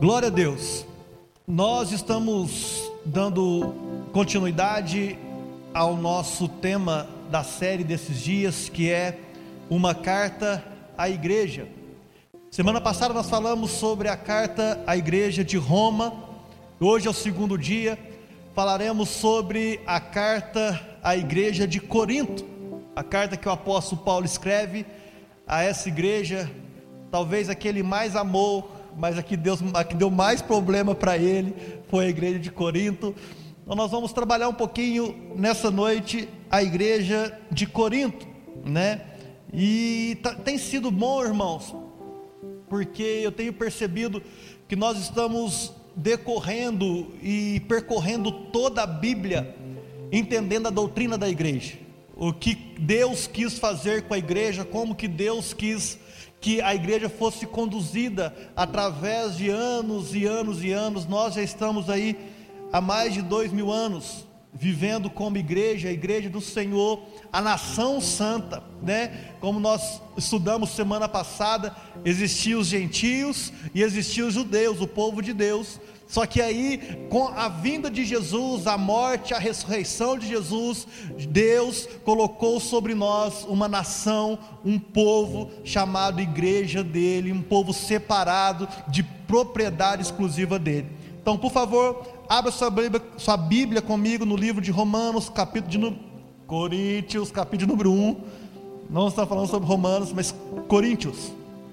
Glória a Deus. Nós estamos dando continuidade ao nosso tema da série desses dias, que é uma carta à igreja. Semana passada nós falamos sobre a carta à igreja de Roma. Hoje é o segundo dia. Falaremos sobre a carta à igreja de Corinto, a carta que o apóstolo Paulo escreve a essa igreja, talvez a que ele mais amou, mas a que deu mais problema para ele foi a igreja de Corinto. Então nós vamos trabalhar um pouquinho nessa noite a igreja de Corinto, né? E tem sido bom, irmãos, porque eu tenho percebido que nós estamos decorrendo e percorrendo toda a Bíblia, entendendo a doutrina da igreja, o que Deus quis fazer com a igreja, como que Deus quis que a igreja fosse conduzida através de anos e anos e anos. Nós já estamos aí há mais de 2000 anos vivendo como igreja, a igreja do Senhor, a nação santa, né? Como nós estudamos semana passada, existiam os gentios e existiam os judeus, o povo de Deus. Só que aí, com a vinda de Jesus, a morte, a ressurreição de Jesus, Deus colocou sobre nós uma nação, um povo chamado igreja dele, um povo separado, de propriedade exclusiva dele. Então, por favor, abra sua Bíblia comigo no livro de Romanos, Coríntios, capítulo número 1. Não estamos falando sobre Romanos, mas Coríntios.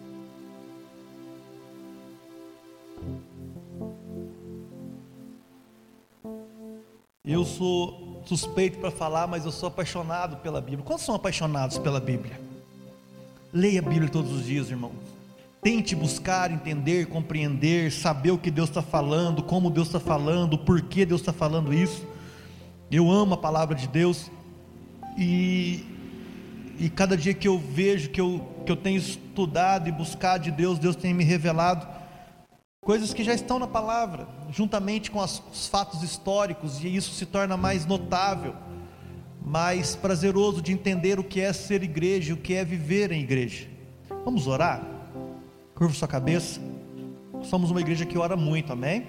Eu sou suspeito para falar, mas eu sou apaixonado pela Bíblia. Quantos são apaixonados pela Bíblia? Leia a Bíblia todos os dias, irmãos. Tente buscar, entender, compreender, saber o que Deus está falando, como Deus está falando, por que Deus está falando isso. Eu amo a palavra de Deus, e cada dia que eu vejo, que eu tenho estudado e buscado de Deus, Deus tem me revelado coisas que já estão na palavra, juntamente com os fatos históricos, e isso se torna mais notável, mais prazeroso de entender o que é ser igreja, o que é viver em igreja. Vamos orar? Curva sua cabeça. Somos uma igreja que ora muito, amém?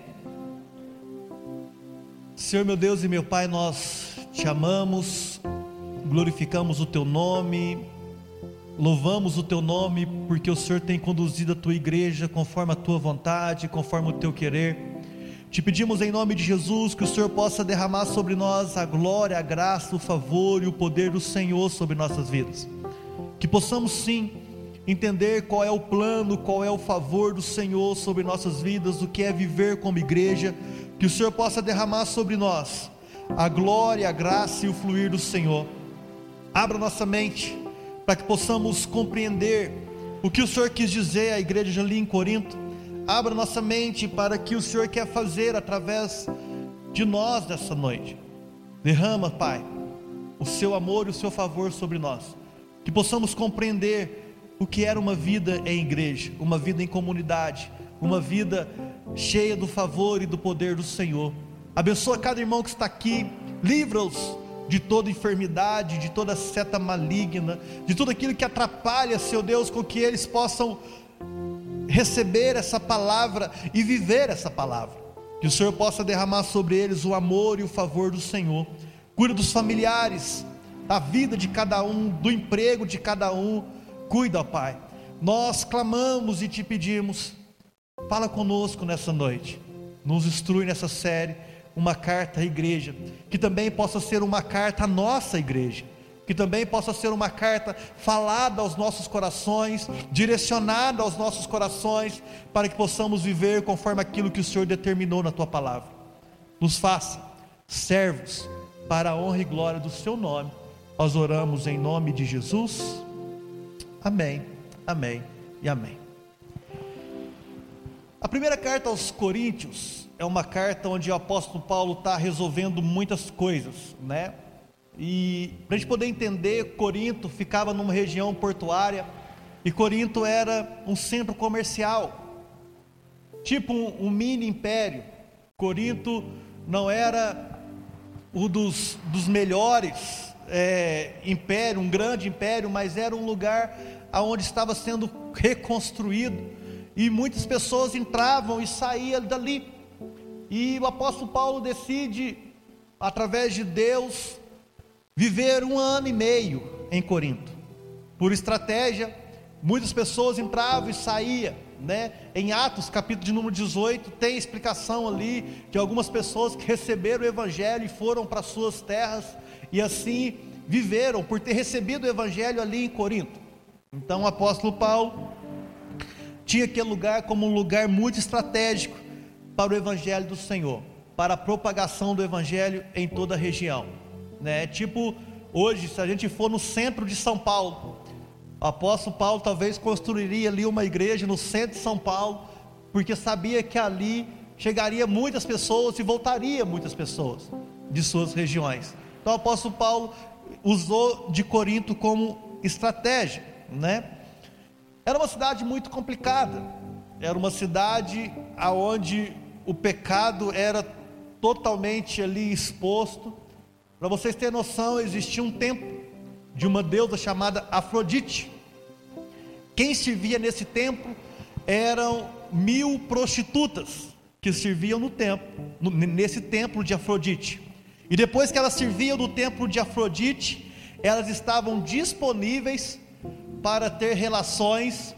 Senhor meu Deus e meu Pai, nós te amamos, glorificamos o teu nome, louvamos o teu nome, porque o Senhor tem conduzido a tua igreja conforme a tua vontade, conforme o teu querer. Te pedimos em nome de Jesus que o Senhor possa derramar sobre nós a glória, a graça, o favor e o poder do Senhor sobre nossas vidas, que possamos sim entender qual é o plano, qual é o favor do Senhor sobre nossas vidas, o que é viver como igreja. Que o Senhor possa derramar sobre nós a glória, a graça e o fluir do Senhor. Abra nossa mente para que possamos compreender o que o Senhor quis dizer à igreja ali em Corinto. Abra nossa mente para que o Senhor quer fazer através de nós nessa noite. Derrama, Pai, o seu amor e o seu favor sobre nós, que possamos compreender o que era uma vida em igreja, uma vida em comunidade, uma vida cheia do favor e do poder do Senhor. Abençoa cada irmão que está aqui, livra-os de toda enfermidade, de toda seta maligna, de tudo aquilo que atrapalha, Seu Deus, com que eles possam receber essa palavra e viver essa palavra. Que o Senhor possa derramar sobre eles o amor e o favor do Senhor. Cuida dos familiares, da vida de cada um, do emprego de cada um. Cuida, ó Pai. Nós clamamos e te pedimos, fala conosco nessa noite, nos instrui nessa série, uma carta à igreja, que também possa ser uma carta à nossa igreja, que também possa ser uma carta falada aos nossos corações, direcionada aos nossos corações, para que possamos viver conforme aquilo que o Senhor determinou na tua palavra. Nos faça servos para a honra e glória do seu nome. Nós oramos em nome de Jesus. Amém, amém e amém. A primeira carta aos Coríntios é uma carta onde o apóstolo Paulo está resolvendo muitas coisas, né? E para a gente poder entender, Corinto ficava numa região portuária, e Corinto era um centro comercial, tipo um mini império. Corinto não era um dos melhores império, um grande império, mas era um lugar onde estava sendo reconstruído, e muitas pessoas entravam e saíam dali. E o apóstolo Paulo decide, através de Deus, viver 1 ano e meio em Corinto. Por estratégia, muitas pessoas entravam e saíam, né? Em Atos, capítulo de número 18, tem explicação ali de algumas pessoas que receberam o evangelho e foram para suas terras, e assim viveram por ter recebido o evangelho ali em Corinto. Então o apóstolo Paulo tinha aquele lugar como um lugar muito estratégico para o evangelho do Senhor, para a propagação do evangelho em toda a região, né? Tipo, hoje, se a gente for no centro de São Paulo, o apóstolo Paulo talvez construiria ali uma igreja no centro de São Paulo, porque sabia que ali chegaria muitas pessoas e voltaria muitas pessoas de suas regiões. Então o apóstolo Paulo usou de Corinto como estratégia, né? Era uma cidade muito complicada, era uma cidade onde o pecado era totalmente ali exposto. Para vocês terem noção, existia um templo de uma deusa chamada Afrodite. Quem servia nesse templo eram 1000 prostitutas que serviam no templo, nesse templo de Afrodite. E depois que elas serviam no templo de Afrodite, elas estavam disponíveis para ter relações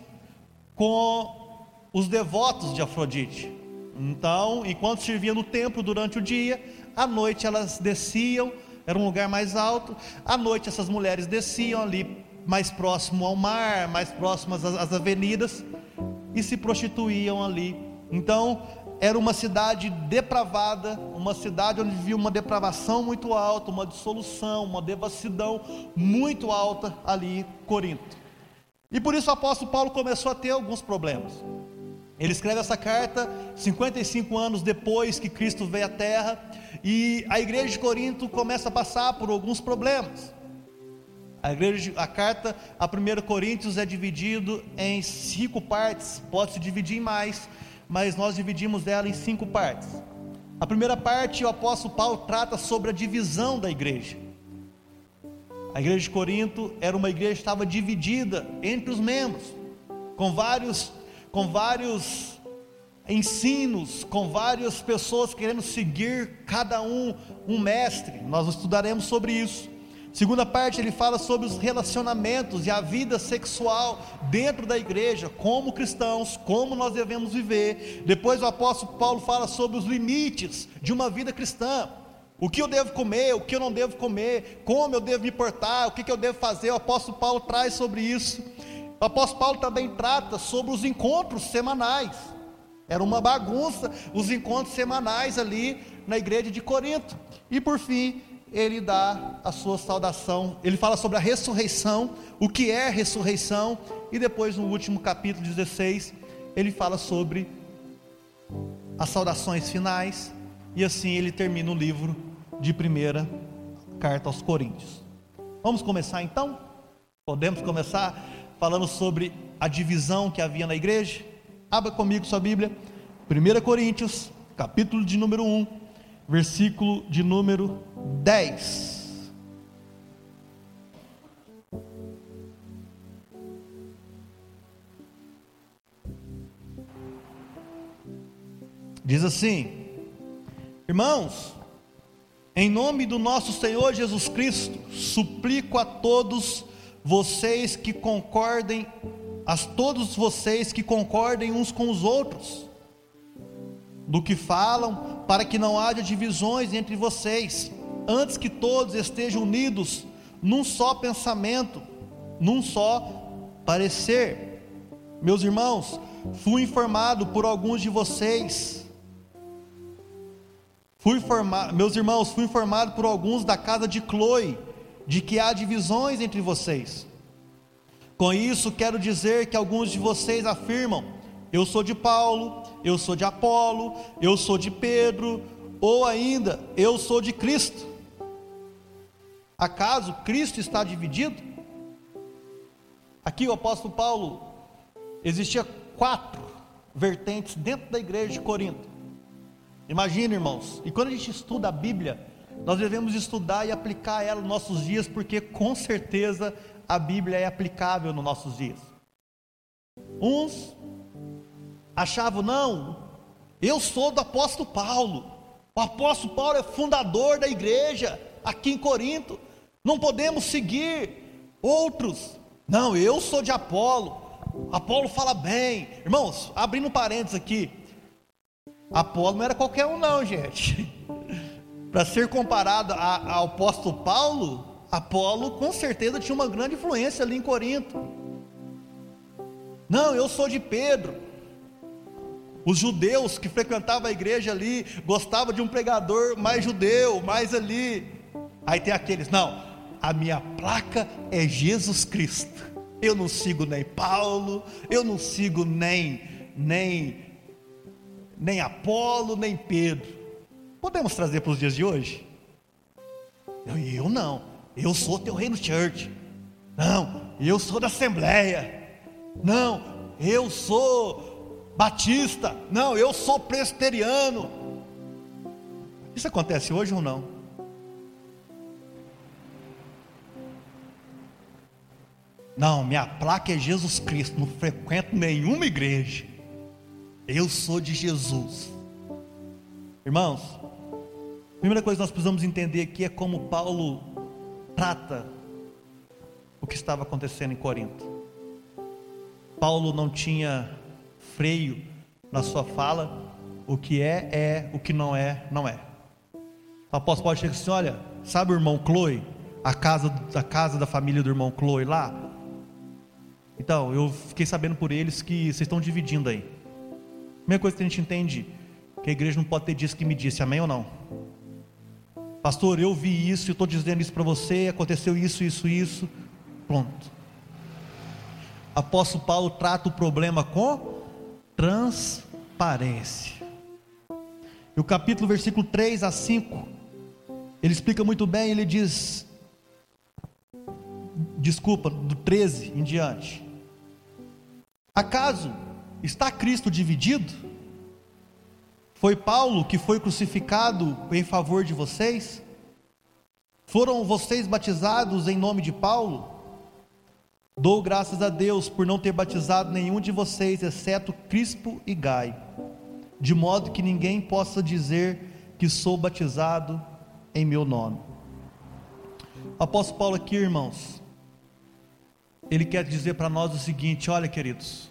com os devotos de Afrodite. Então, enquanto serviam no templo durante o dia, à noite elas desciam, era um lugar mais alto, à noite essas mulheres desciam ali mais próximo ao mar, mais próximas às avenidas, e se prostituíam ali. Então era uma cidade depravada, uma cidade onde vivia uma depravação muito alta, uma dissolução, uma devassidão muito alta ali em Corinto. E por isso o apóstolo Paulo começou a ter alguns problemas. Ele escreve essa carta 55 anos depois que Cristo veio à terra, e a igreja de Corinto começa a passar por alguns problemas. A carta a 1 Coríntios é dividido em 5 partes, pode se dividir em mais, mas nós dividimos ela em 5 partes. A primeira parte, o apóstolo Paulo trata sobre a divisão da igreja. A igreja de Corinto era uma igreja que estava dividida entre os membros, com vários ensinos, com várias pessoas querendo seguir cada um mestre. Nós estudaremos sobre isso. Segunda parte, ele fala sobre os relacionamentos e a vida sexual dentro da igreja, como cristãos, como nós devemos viver. Depois o apóstolo Paulo fala sobre os limites de uma vida cristã, o que eu devo comer, o que eu não devo comer, como eu devo me portar, o que eu devo fazer. O apóstolo Paulo traz sobre isso. O apóstolo Paulo também trata sobre os encontros semanais. Era uma bagunça os encontros semanais ali na igreja de Corinto. E por fim, ele dá a sua saudação, ele fala sobre a ressurreição, o que é ressurreição, e depois no último capítulo 16, ele fala sobre as saudações finais, e assim ele termina o livro de 1ª carta aos Coríntios. Vamos começar então? Podemos começar falando sobre a divisão que havia na igreja? Abra comigo sua Bíblia, 1 Coríntios, capítulo de número 1, versículo de número 10. Diz assim: irmãos, em nome do nosso Senhor Jesus Cristo, suplico a todos vocês que concordem, uns com os outros, do que falam, para que não haja divisões entre vocês, antes que todos estejam unidos num só pensamento, num só parecer. Meus irmãos, fui informado por alguns de vocês, fui informado por alguns da casa de Cloe, de que há divisões entre vocês. Com isso quero dizer que alguns de vocês afirmam: eu sou de Paulo, eu sou de Apolo, eu sou de Pedro, ou ainda, eu sou de Cristo. Acaso Cristo está dividido? Aqui o apóstolo Paulo, existia 4 vertentes dentro da igreja de Corinto. Imagina, irmãos, e quando a gente estuda a Bíblia, nós devemos estudar e aplicar ela nos nossos dias, porque com certeza a Bíblia é aplicável nos nossos dias. Uns achavam, não, eu sou do apóstolo Paulo, o apóstolo Paulo é fundador da igreja aqui em Corinto, não podemos seguir outros. Não, eu sou de Apolo, Apolo fala bem. Irmãos, abrindo parênteses aqui, Apolo não era qualquer um não, gente. Para ser comparado ao apóstolo Paulo, Apolo com certeza tinha uma grande influência ali em Corinto. Não, eu sou de Pedro. Os judeus que frequentavam a igreja ali gostavam de um pregador mais judeu, mais ali. Aí tem aqueles, não, a minha placa é Jesus Cristo. Eu não sigo nem Paulo, eu não sigo nem Apolo, nem Pedro. Podemos trazer para os dias de hoje? Eu não, eu sou Teu Reino Church. Não, eu sou da Assembleia. Não, eu sou batista. Não, eu sou presbiteriano. Isso acontece hoje ou não? Não, minha placa é Jesus Cristo, não frequento nenhuma igreja, eu sou de Jesus. Irmãos, a primeira coisa que nós precisamos entender aqui é como Paulo trata o que estava acontecendo em Corinto. Paulo não tinha freio na sua fala, o que é, o que não é, não é. O apóstolo Paulo chega assim, olha, sabe o irmão Chloe, a casa da família do irmão Chloe lá? Então, eu fiquei sabendo por eles que vocês estão dividindo aí. A primeira coisa que a gente entende, que a igreja não pode ter disse que me disse, amém ou não? Pastor, eu vi isso, eu estou dizendo isso para você, aconteceu isso, pronto. Apóstolo Paulo trata o problema com transparência. E o capítulo, versículo 3 a 5, ele explica muito bem, ele diz, do 13 em diante: acaso está Cristo dividido? Foi Paulo que foi crucificado em favor de vocês? Foram vocês batizados em nome de Paulo? Dou graças a Deus por não ter batizado nenhum de vocês, exceto Crispo e Gaio, de modo que ninguém possa dizer que sou batizado em meu nome. O apóstolo Paulo aqui, irmãos, ele quer dizer para nós o seguinte: olha, queridos,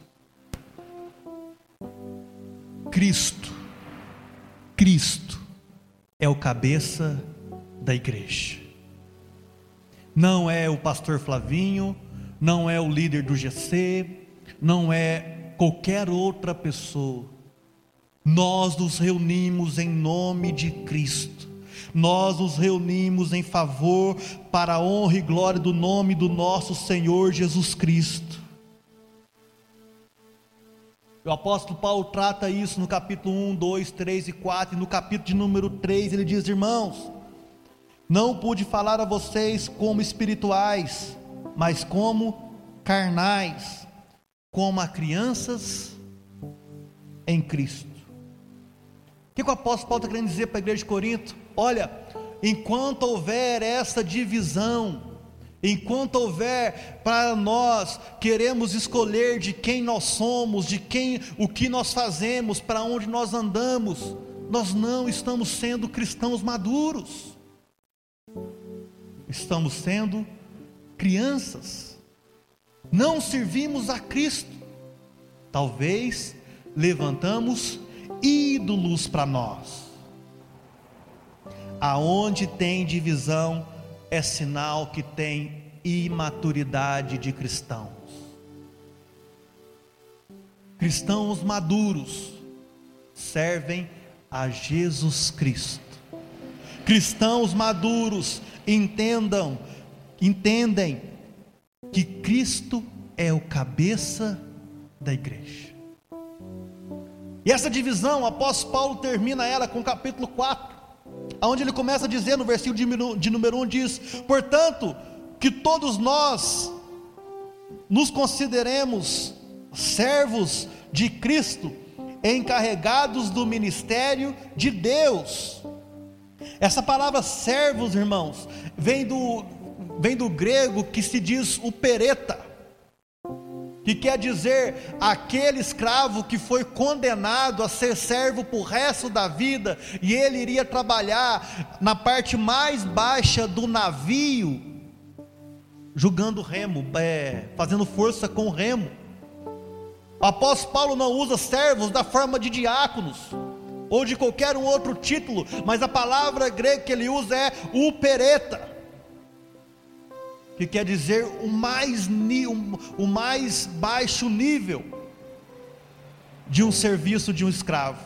Cristo é o cabeça da igreja, não é o pastor Flavinho, não é o líder do GC, não é qualquer outra pessoa. Nós nos reunimos em nome de Cristo, nós nos reunimos em favor, para a honra e glória do nome do nosso Senhor Jesus Cristo. O apóstolo Paulo trata isso no capítulo 1, 2, 3 e 4, e no capítulo de número 3 ele diz: irmãos, não pude falar a vocês como espirituais, mas como carnais, como a crianças em Cristo. O que o apóstolo Paulo está querendo dizer para a igreja de Corinto? Olha, enquanto houver essa divisão, enquanto houver para nós, queremos escolher de quem nós somos, o que nós fazemos, para onde nós andamos, nós não estamos sendo cristãos maduros, estamos sendo crianças, não servimos a Cristo, talvez levantamos ídolos para nós. Aonde tem divisão é sinal que tem imaturidade de cristãos. Cristãos maduros servem a Jesus Cristo. Cristãos maduros entendem que Cristo é o cabeça da igreja. E essa divisão, o apóstolo Paulo termina ela com o capítulo 4, onde ele começa a dizer, no versículo de número 1, diz: portanto, que todos nós nos consideremos servos de Cristo, encarregados do ministério de Deus. Essa palavra servos, irmãos, vem do grego que se diz upereta. que quer dizer aquele escravo que foi condenado a ser servo para o resto da vida, e ele iria trabalhar na parte mais baixa do navio, jogando remo, fazendo força com o remo. O apóstolo Paulo não usa servos da forma de diáconos, ou de qualquer um outro título, mas a palavra grega que ele usa é upereta, que quer dizer o mais baixo nível de um serviço de um escravo.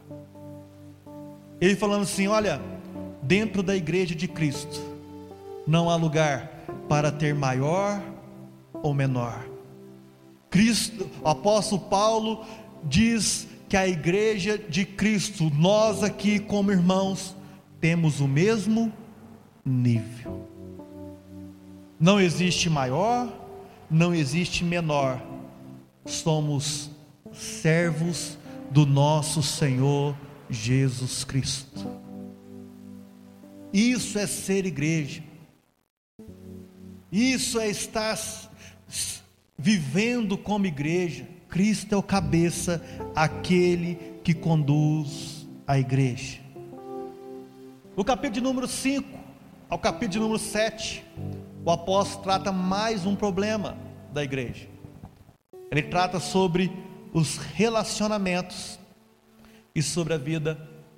Ele falando assim: olha, dentro da igreja de Cristo não há lugar para ter maior ou menor. Cristo, o apóstolo Paulo diz que a igreja de Cristo, nós aqui como irmãos, temos o mesmo nível. Não existe maior, não existe menor. Somos servos do nosso Senhor Jesus Cristo. Isso é ser igreja. Isso é estar vivendo como igreja. Cristo é o cabeça, aquele que conduz a igreja. No capítulo de número 5 ao capítulo de número 7, o apóstolo trata mais um problema da igreja. Ele trata sobre os relacionamentos e sobre a vida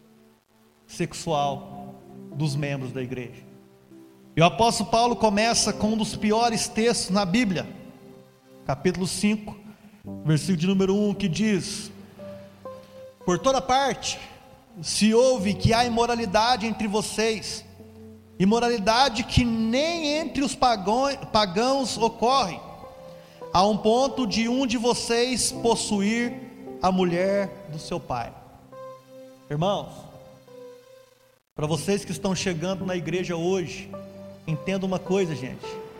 sexual dos membros da igreja. E o apóstolo Paulo começa com um dos piores textos na Bíblia, capítulo 5, versículo de número 1, que diz: por toda parte se ouve que há imoralidade entre vocês, imoralidade que nem entre os pagãos ocorre, a um ponto de um de vocês possuir a mulher do seu pai. Irmãos, para vocês que estão chegando na igreja hoje, entenda uma coisa, gente: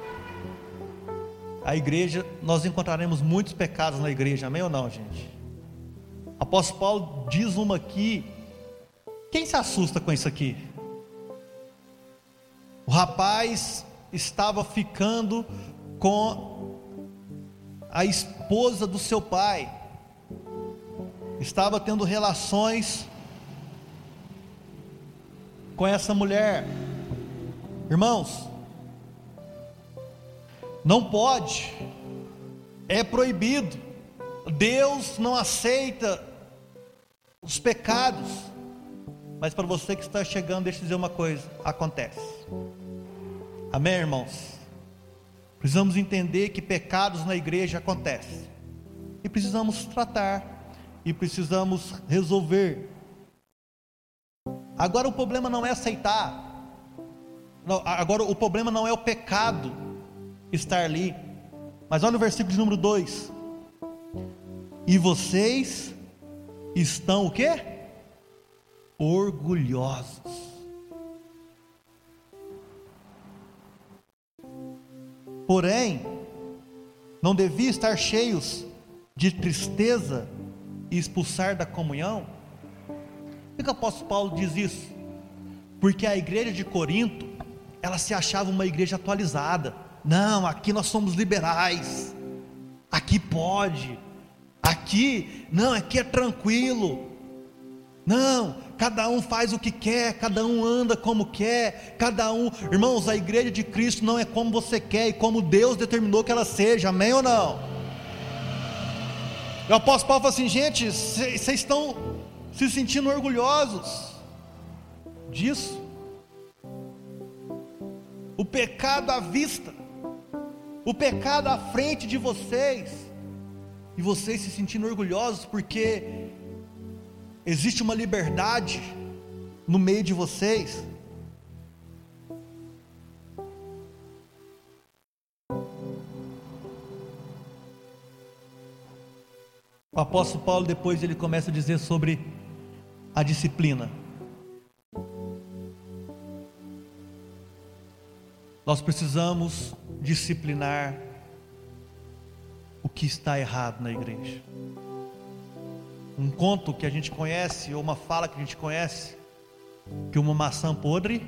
a igreja, nós encontraremos muitos pecados na igreja, amém ou não, gente? O apóstolo Paulo diz uma aqui. Quem se assusta com isso aqui? O rapaz estava ficando com a esposa do seu pai, estava tendo relações com essa mulher. Irmãos, não pode, é proibido. Deus não aceita os pecados. Mas para você que está chegando, deixa eu dizer uma coisa: acontece. Amém, irmãos? Precisamos entender que pecados na igreja acontecem, e precisamos tratar, e precisamos resolver. Agora o problema não é aceitar, não, agora o problema não é o pecado estar ali, mas olha o versículo de número 2: e vocês estão o quê? Orgulhosos. Porém, não devia estar cheios de tristeza e expulsar da comunhão? Por que o apóstolo Paulo diz isso? Porque a igreja de Corinto, ela se achava uma igreja atualizada. Não, aqui nós somos liberais, aqui pode, aqui é tranquilo. Não, cada um faz o que quer, cada um anda como quer, irmãos, a igreja de Cristo não é como você quer, e como Deus determinou que ela seja, amém ou não? O apóstolo Paulo fala assim: gente, vocês estão se sentindo orgulhosos disso? O pecado à vista, o pecado à frente de vocês, e vocês se sentindo orgulhosos porque existe uma liberdade no meio de vocês. O apóstolo Paulo depois ele começa a dizer sobre a disciplina. Nós precisamos disciplinar o que está errado na igreja. Um conto que a gente conhece, ou uma fala que a gente conhece, que uma maçã podre,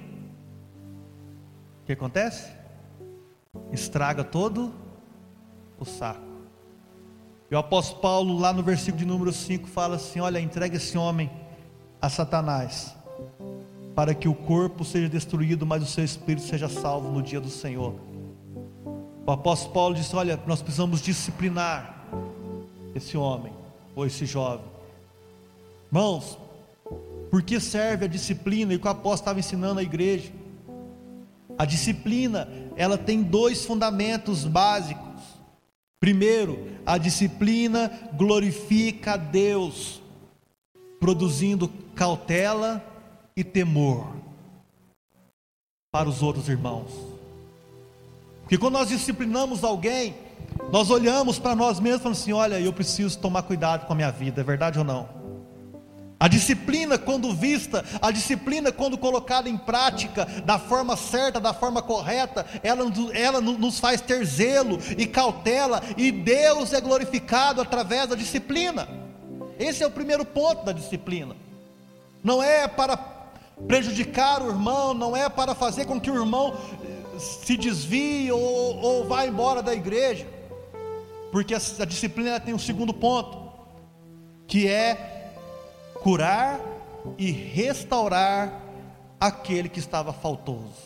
o que acontece? Estraga todo o saco. E o apóstolo Paulo, lá no versículo de número 5, fala assim: olha, entrega esse homem a Satanás, para que o corpo seja destruído, mas o seu espírito seja salvo no dia do Senhor. O apóstolo Paulo disse: olha, nós precisamos disciplinar esse homem, ou esse jovem. Irmãos, por que serve a disciplina? E o que o apóstolo estava ensinando à igreja. A disciplina, ela tem dois fundamentos básicos. Primeiro, a disciplina glorifica a Deus, produzindo cautela e temor para os outros irmãos. Porque quando nós disciplinamos alguém, nós olhamos para nós mesmos e falamos assim: olha, eu preciso tomar cuidado com a minha vida, é verdade ou não? A disciplina, quando vista, a disciplina, quando colocada em prática da forma certa, da forma correta, ela nos faz ter zelo e cautela, e Deus é glorificado através da disciplina. Esse é o primeiro ponto da disciplina. Não é para prejudicar o irmão, não é para fazer com que o irmão se desvie ou vá embora da igreja, porque a disciplina tem um segundo ponto, que é curar e restaurar aquele que estava faltoso.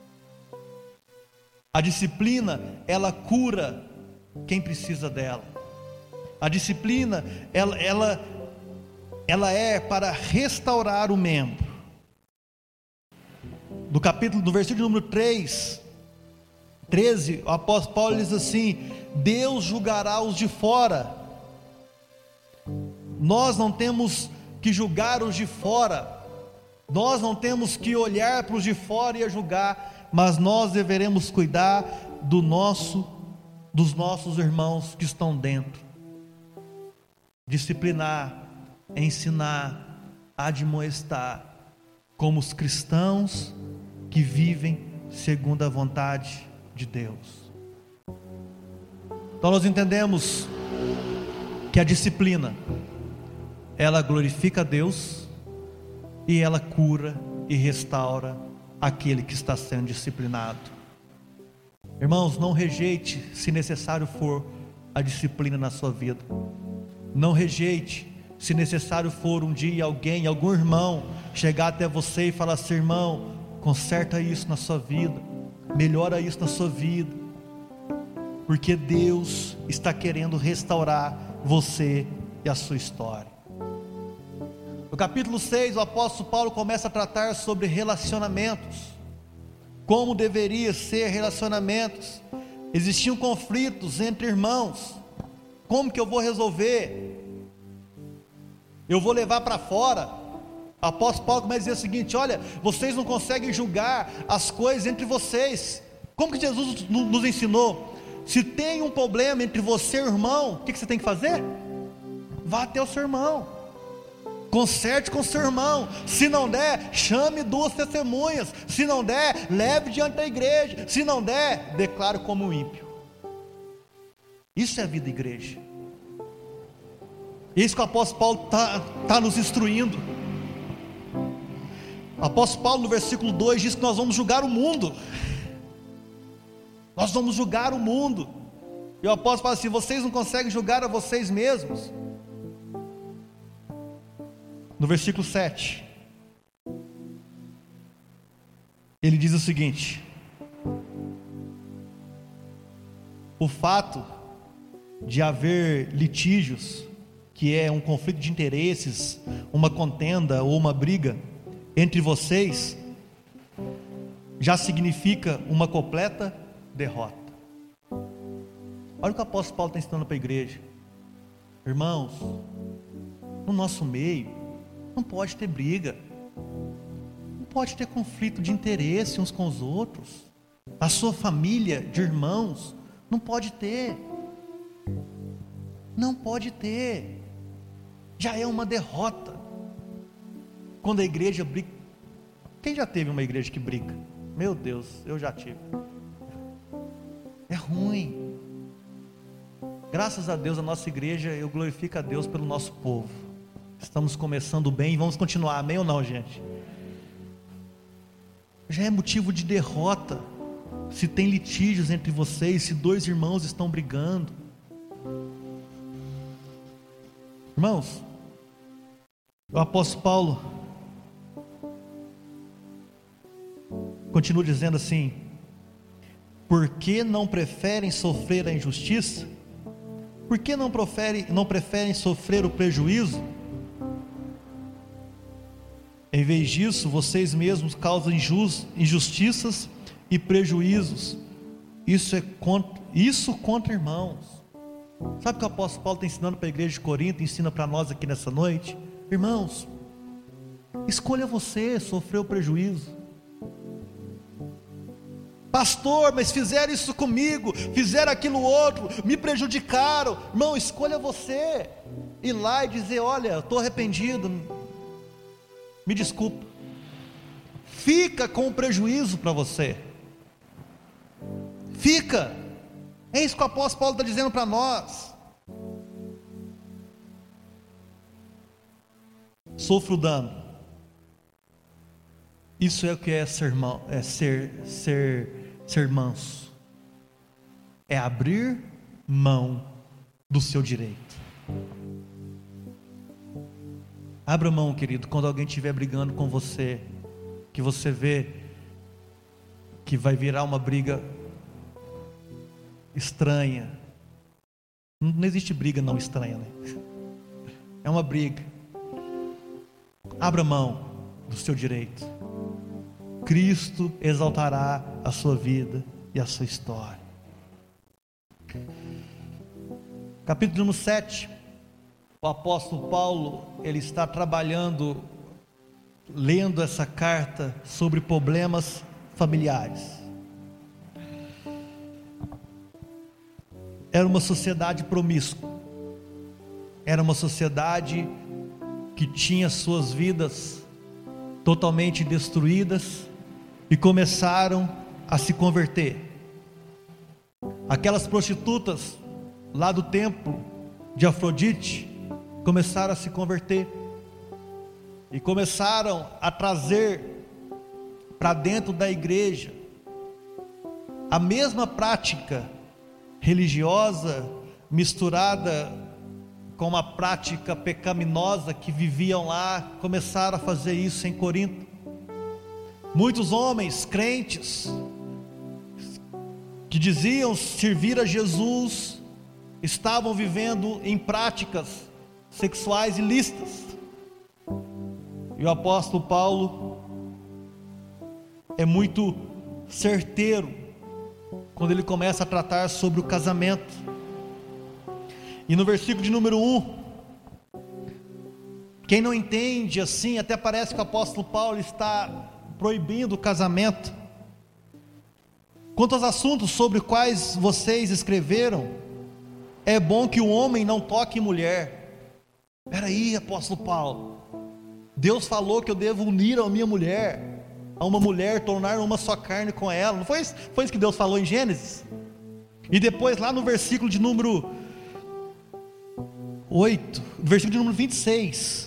A disciplina, ela cura quem precisa dela. A disciplina, ela é para restaurar o membro. No versículo número 13, o apóstolo Paulo diz assim: Deus julgará os de fora. Nós não temos que julgar os de fora, nós não temos que olhar para os de fora e julgar, mas nós deveremos cuidar dos nossos irmãos que estão dentro. Disciplinar, ensinar, admoestar, como os cristãos que vivem segundo a vontade de Deus. Então nós entendemos que a disciplina, ela glorifica a Deus e ela cura e restaura aquele que está sendo disciplinado. Irmãos, não rejeite, se necessário for, a disciplina na sua vida. Não rejeite, se necessário for, um dia algum irmão chegar até você e falar assim: irmão, conserta isso na sua vida, melhora isso na sua vida, porque Deus está querendo restaurar você e a sua história. No capítulo 6, o apóstolo Paulo começa a tratar sobre relacionamentos, como deveria ser relacionamentos. Existiam conflitos entre irmãos. Como que eu vou resolver? Eu vou levar para fora? O apóstolo Paulo começa a dizer o seguinte: olha, vocês não conseguem julgar as coisas entre vocês. Como que Jesus nos ensinou? Se tem um problema entre você e o irmão, o que você tem que fazer? Vá até o seu irmão, conserte com seu irmão. Se não der, chame 2 testemunhas. Se não der, leve diante da igreja. Se não der, declare como ímpio. Isso é a vida da igreja. Isso que o apóstolo Paulo está nos instruindo. O apóstolo Paulo, no versículo 2, diz que nós vamos julgar o mundo. Nós vamos julgar o mundo. E o apóstolo fala assim: vocês não conseguem julgar a vocês mesmos. No versículo 7, ele diz o seguinte: o fato de haver litígios, que é um conflito de interesses, uma contenda ou uma briga entre vocês, já significa uma completa derrota. Olha o que o apóstolo Paulo está ensinando para a igreja. Irmãos, no nosso meio não pode ter briga, não pode ter conflito de interesse uns com os outros. A sua família de irmãos não pode ter, não pode ter. Já é uma derrota quando a igreja briga. Quem já teve uma igreja que briga? Meu Deus, eu já tive. É ruim. Graças a Deus, a nossa igreja, eu glorifico a Deus pelo nosso povo. Estamos começando bem e vamos continuar, amém ou não, gente? Já é motivo de derrota se tem litígios entre vocês, se 2 irmãos estão brigando. Irmãos, o apóstolo Paulo continua dizendo assim: por que não preferem sofrer a injustiça? Por que não preferem sofrer o prejuízo? Em vez disso, vocês mesmos causam injustiças e prejuízos. Isso contra irmãos. Sabe o que o apóstolo Paulo está ensinando para a igreja de Corinto, ensina para nós aqui nessa noite? Irmãos, escolha você sofrer o prejuízo. Pastor, mas fizeram isso comigo, fizeram aquilo outro, me prejudicaram. Irmão, escolha você ir lá e dizer: olha, estou arrependido, me desculpa. Fica com o prejuízo para você. Fica. É isso que o apóstolo Paulo está dizendo para nós. Sofra o dano. Isso é o que é ser manso. É abrir mão do seu direito. Abra mão, querido, quando alguém estiver brigando com você, que você vê que vai virar uma briga estranha. Não existe briga não estranha, né? É uma briga. Abra mão do seu direito. Cristo exaltará a sua vida e a sua história. Capítulo número 7. O apóstolo Paulo, ele está trabalhando, lendo essa carta sobre problemas familiares. Era uma sociedade promíscua, era uma sociedade que tinha suas vidas totalmente destruídas e começaram a se converter. Aquelas prostitutas lá do templo de Afrodite começaram a se converter e começaram a trazer para dentro da igreja a mesma prática religiosa misturada com uma prática pecaminosa que viviam lá. Começaram a fazer isso em Corinto. Muitos homens crentes que diziam servir a Jesus estavam vivendo em práticas sexuais ilícitas. E o apóstolo Paulo é muito certeiro quando ele começa a tratar sobre o casamento. E no versículo de número 1, quem não entende assim, até parece que o apóstolo Paulo está proibindo o casamento. Quanto aos assuntos sobre os quais vocês escreveram, é bom que o homem não toque em mulher. Espera aí, apóstolo Paulo, Deus falou que eu devo unir a minha mulher a uma mulher, tornar uma só carne com ela. Não foi isso que Deus falou em Gênesis? E depois lá no versículo de número 8, versículo de número 26,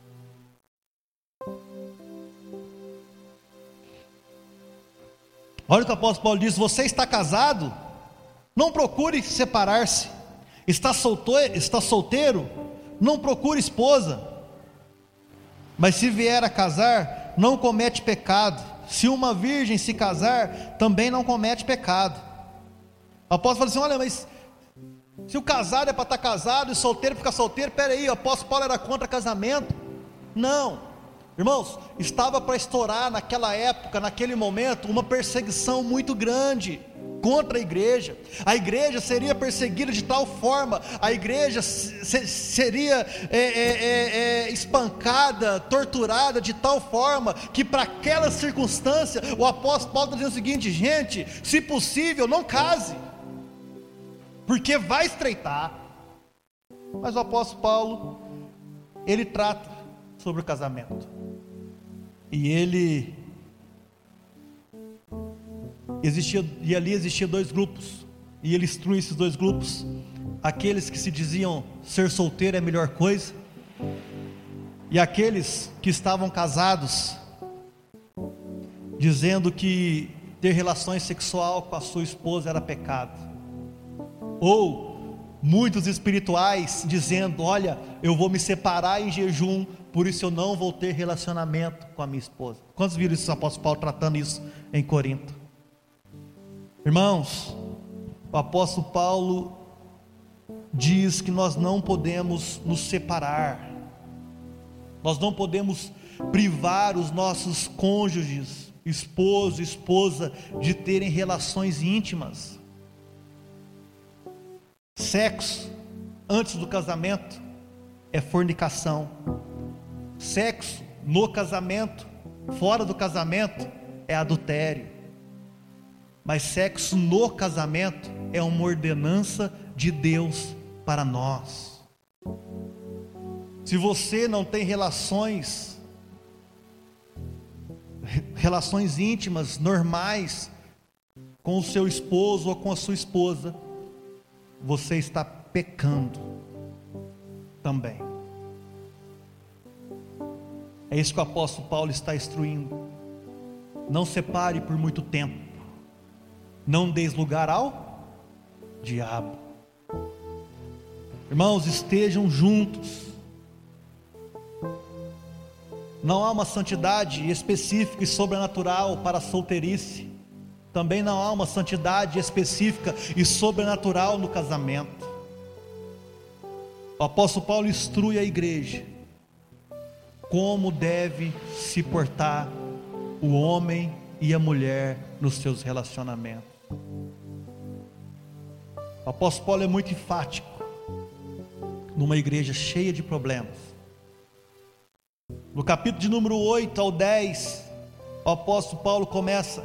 olha o que o apóstolo Paulo diz: você está casado? Não procure separar-se. Está solteiro? Não procure esposa. Mas se vier a casar, não comete pecado. Se uma virgem se casar, também não comete pecado. O apóstolo fala assim: olha, mas se o casado é para estar casado e solteiro ficar solteiro, peraí, o apóstolo Paulo era contra casamento? Não, irmãos, estava para estourar naquela época, naquele momento, uma perseguição muito grande contra a igreja. A igreja seria perseguida de tal forma, a igreja seria espancada, torturada de tal forma, que para aquela circunstância, o apóstolo Paulo está dizendo o seguinte: gente, se possível não case, porque vai estreitar. Mas o apóstolo Paulo, ele trata sobre o casamento, e ali existia dois grupos, e ele instrui esses dois grupos: aqueles que se diziam ser solteiro é a melhor coisa, e aqueles que estavam casados, dizendo que ter relações sexual com a sua esposa era pecado, ou muitos espirituais dizendo: olha, eu vou me separar em jejum, por isso eu não vou ter relacionamento com a minha esposa. Quantos viram isso, o apóstolo Paulo tratando isso em Corinto? Irmãos, o apóstolo Paulo diz que nós não podemos nos separar, nós não podemos privar os nossos cônjuges, esposo, esposa, de terem relações íntimas. Sexo antes do casamento é fornicação. Sexo no casamento, fora do casamento, é adultério. Mas sexo no casamento é uma ordenança de Deus para nós. Se você não tem relações íntimas, normais, com o seu esposo ou com a sua esposa, você está pecando também. É isso que o apóstolo Paulo está instruindo. Não separe por muito tempo, não deis lugar ao diabo. Irmãos, estejam juntos. Não há uma santidade específica e sobrenatural para a solteirice. Também não há uma santidade específica e sobrenatural no casamento. O apóstolo Paulo instrui a igreja como deve se portar o homem e a mulher nos seus relacionamentos. O apóstolo Paulo é muito enfático numa igreja cheia de problemas. No capítulo de número 8 ao 10, o apóstolo Paulo começa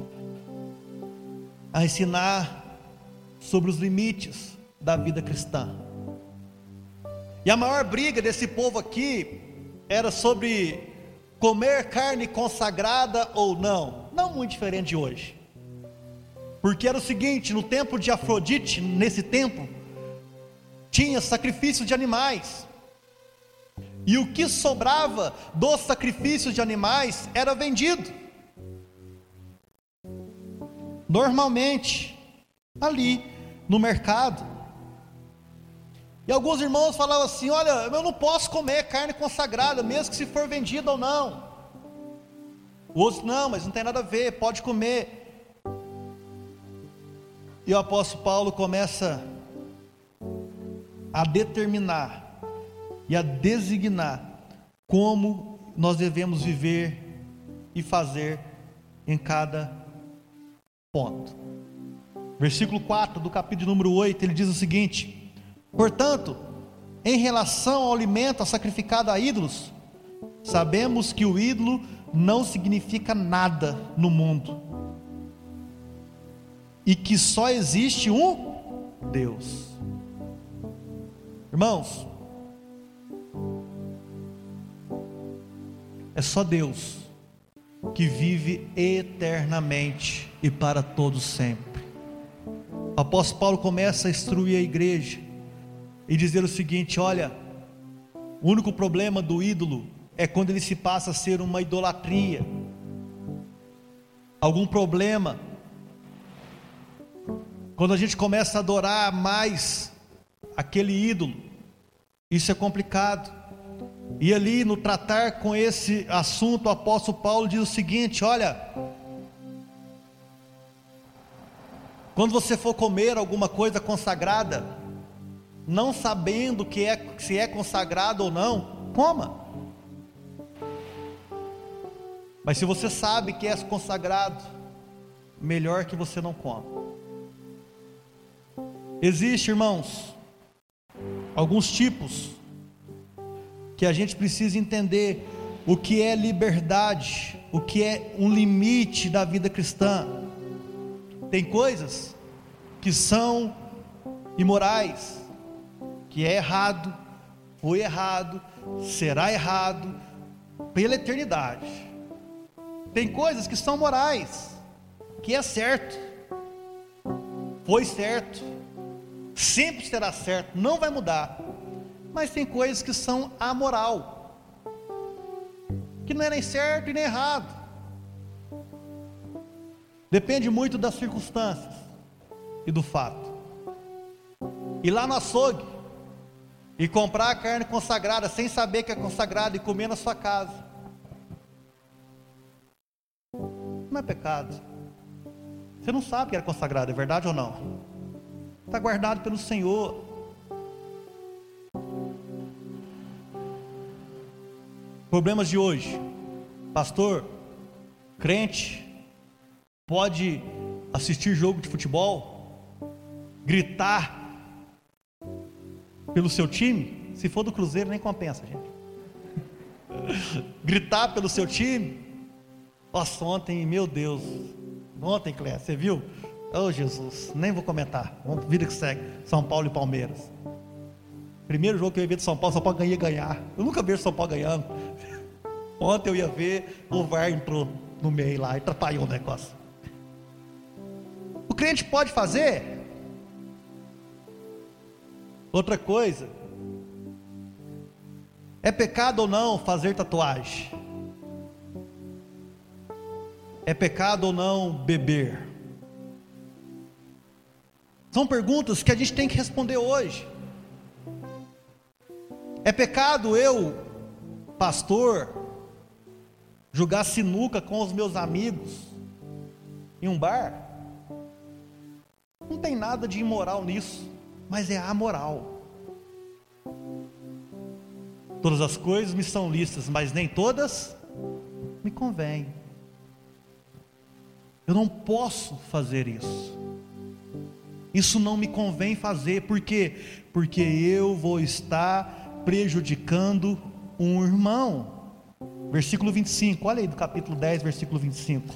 a ensinar sobre os limites da vida cristã. E a maior briga desse povo aqui era sobre comer carne consagrada ou não. Não muito diferente de hoje. Porque era o seguinte: no templo de Afrodite, nesse templo, tinha sacrifício de animais. E o que sobrava dos sacrifícios de animais era vendido. Normalmente, ali no mercado. E alguns irmãos falavam assim: olha, eu não posso comer carne consagrada, mesmo que se for vendida ou não. Outros: não, mas não tem nada a ver, pode comer. E o apóstolo Paulo começa a determinar e a designar como nós devemos viver e fazer em cada ponto. Versículo 4 do capítulo número 8, ele diz o seguinte: portanto, em relação ao alimento sacrificado a ídolos, sabemos que o ídolo não significa nada no mundo, e que só existe um Deus. Irmãos, é só Deus que vive eternamente e para todos sempre. O apóstolo Paulo começa a instruir a igreja e dizer o seguinte: olha, o único problema do ídolo é quando ele se passa a ser uma idolatria. Algum problema quando a gente começa a adorar mais aquele ídolo. Isso é complicado. E ali no tratar com esse assunto, o apóstolo Paulo diz o seguinte: olha, quando você for comer alguma coisa consagrada, não sabendo se é consagrado ou não, coma. Mas se você sabe que é consagrado, melhor que você não coma. Existe, irmãos, alguns tipos que a gente precisa entender o que é liberdade, o que é um limite da vida cristã. Tem coisas que são imorais, que é errado, foi errado, será errado pela eternidade. Tem coisas que são morais, que é certo, foi certo, sempre será certo, não vai mudar. Mas tem coisas que são amoral, que não é nem certo e nem errado. Depende muito das circunstâncias e do fato. ir lá no açougue e comprar a carne consagrada, sem saber que é consagrada, e comer na sua casa. Não é pecado. Você não sabe que era consagrado, é verdade ou não? Está guardado pelo Senhor. Problemas de hoje: pastor, crente pode assistir jogo de futebol, gritar pelo seu time? Se for do Cruzeiro, nem compensa, gente. Gritar pelo seu time. Nossa, ontem, meu Deus, ontem, Cléia, você viu? Oh Jesus, nem vou comentar. Vamos, vida que segue. São Paulo e Palmeiras. Primeiro jogo que eu ia ver de São Paulo ia ganhar. Eu nunca vejo São Paulo ganhando. Ontem eu ia ver, o VAR entrou no meio lá e atrapalhou o negócio. O crente pode fazer. Outra coisa: é pecado ou não fazer tatuagem? É pecado ou não beber? São perguntas que a gente tem que responder hoje. É pecado eu, pastor, jogar sinuca com os meus amigos em um bar? Não tem nada de imoral nisso, mas é amoral. Todas as coisas me são lícitas, mas nem todas me convêm. Eu não posso fazer isso. Isso não me convém fazer. Por quê? Porque eu vou estar prejudicando um irmão. Versículo 25, olha aí do capítulo 10, versículo 25.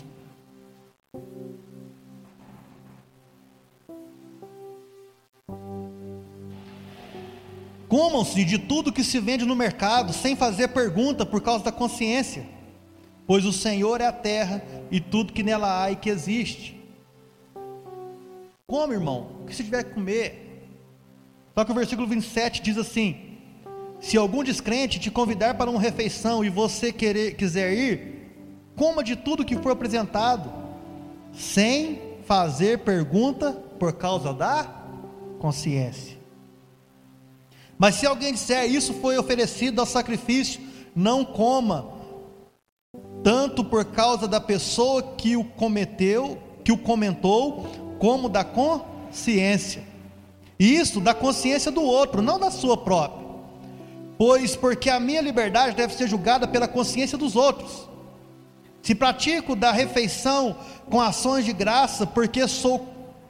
Comam-se de tudo que se vende no mercado, sem fazer pergunta por causa da consciência, pois o Senhor é a terra e tudo que nela há e que existe. Come, irmão, o que você tiver que comer. Só que o versículo 27 diz assim: se algum descrente te convidar para uma refeição e você quiser ir, coma de tudo que for apresentado, sem fazer pergunta por causa da consciência. Mas se alguém disser, isso foi oferecido ao sacrifício, não coma, tanto por causa da pessoa que o comentou, como da consciência. Isso da consciência do outro, não da sua própria. Pois porque a minha liberdade deve ser julgada pela consciência dos outros. Se pratico da refeição com ações de graça, porque sou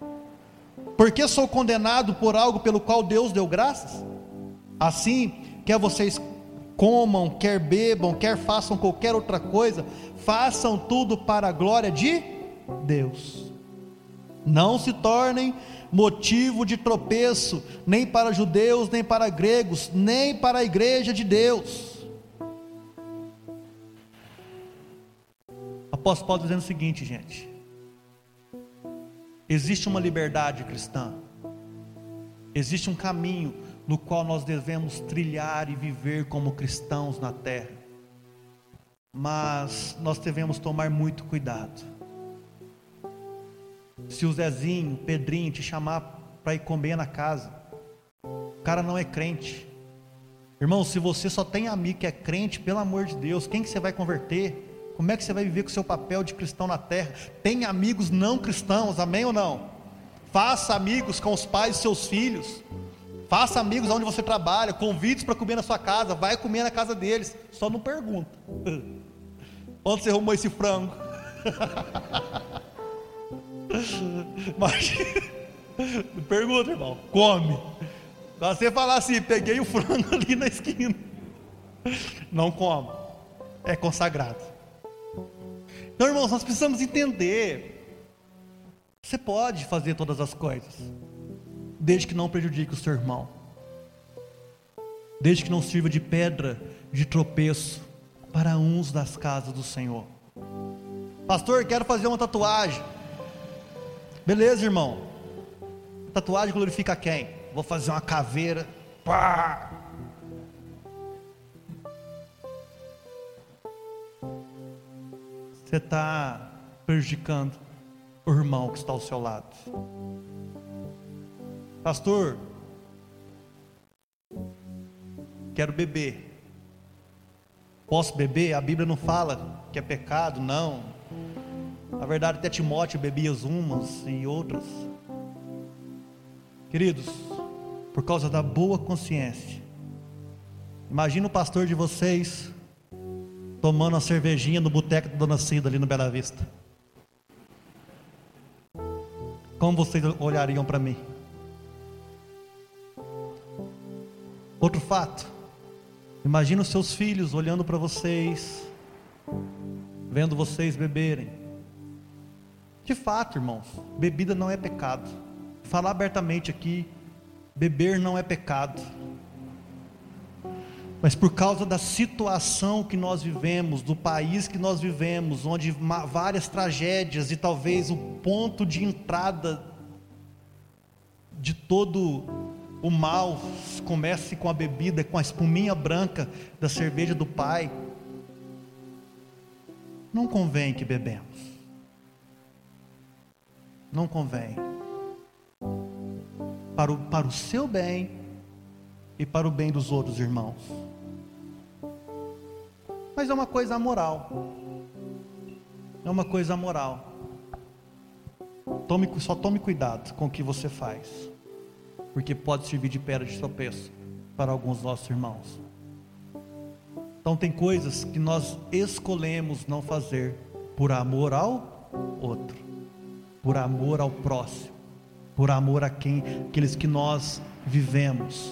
condenado por algo pelo qual Deus deu graças? Assim, quer vocês comam, quer bebam, quer façam qualquer outra coisa, façam tudo para a glória de Deus. Não se tornem motivo de tropeço, nem para judeus, nem para gregos, nem para a igreja de Deus. Apóstolo Paulo dizendo o seguinte, gente: existe uma liberdade cristã, existe um caminho no qual nós devemos trilhar e viver como cristãos na terra, mas nós devemos tomar muito cuidado. Se o Zezinho, o Pedrinho te chamar para ir comer na casa, o cara não é crente. Irmão, se você só tem amigo que é crente, pelo amor de Deus, quem que você vai converter? Como é que você vai viver com o seu papel de cristão na terra? Tem amigos não cristãos, amém ou não? Faça amigos com os pais dos seus filhos. Faça amigos onde você trabalha, convide-os para comer na sua casa, vai comer na casa deles, só não pergunta: onde você arrumou esse frango? Mas pergunta, irmão, come. Agora você falar assim: peguei o frango ali na esquina, não come, é consagrado. Então, irmãos, nós precisamos entender: você pode fazer todas as coisas, desde que não prejudique o seu irmão, desde que não sirva de pedra de tropeço para uns das casas do Senhor. Pastor, quero fazer uma tatuagem. Beleza, irmão, tatuagem glorifica quem? Vou fazer uma caveira. Pá! Você está prejudicando o irmão que está ao seu lado. Pastor, quero beber. Posso beber? A Bíblia não fala que é pecado, não. Na verdade, até Timóteo bebia umas e outras. Queridos, por causa da boa consciência, imagina o pastor de vocês tomando uma cervejinha no boteco da Dona Cida ali no Bela Vista. Como vocês olhariam para mim? Outro fato, imagina os seus filhos olhando para vocês, vendo vocês beberem. De fato, irmãos, bebida não é pecado. Falar abertamente aqui, beber não é pecado. Mas por causa da situação que nós vivemos, do país que nós vivemos, onde várias tragédias e talvez o ponto de entrada de todo o mal comece com a bebida, com a espuminha branca da cerveja do pai, não convém que bebemos. Não convém. Para o seu bem e para o bem dos outros irmãos. Mas é uma coisa amoral. É uma coisa amoral. Só tome cuidado com o que você faz, porque pode servir de pedra de tropeço para alguns dos nossos irmãos. Então tem coisas que nós escolhemos não fazer por amor ao outro, por amor ao próximo, por amor a aqueles que nós vivemos.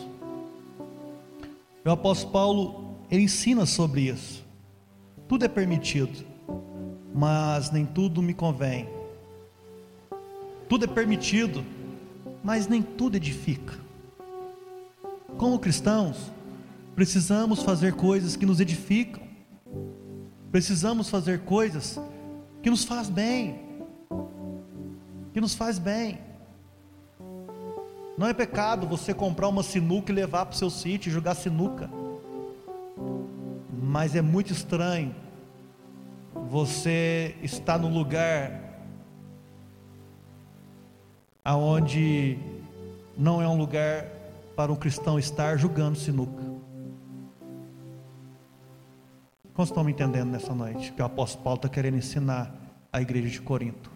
O apóstolo Paulo, ele ensina sobre isso. Tudo é permitido, mas nem tudo me convém. Tudo é permitido, mas nem tudo edifica. Como cristãos, precisamos fazer coisas que nos edificam. Precisamos fazer coisas que nos faz bem. Que nos faz bem. Não é pecado você comprar uma sinuca e levar para o seu sítio e jogar sinuca. Mas é muito estranho você estar num lugar aonde não é um lugar para um cristão estar jogando sinuca. Como estão me entendendo nessa noite? Que o apóstolo Paulo está querendo ensinar a igreja de Corinto.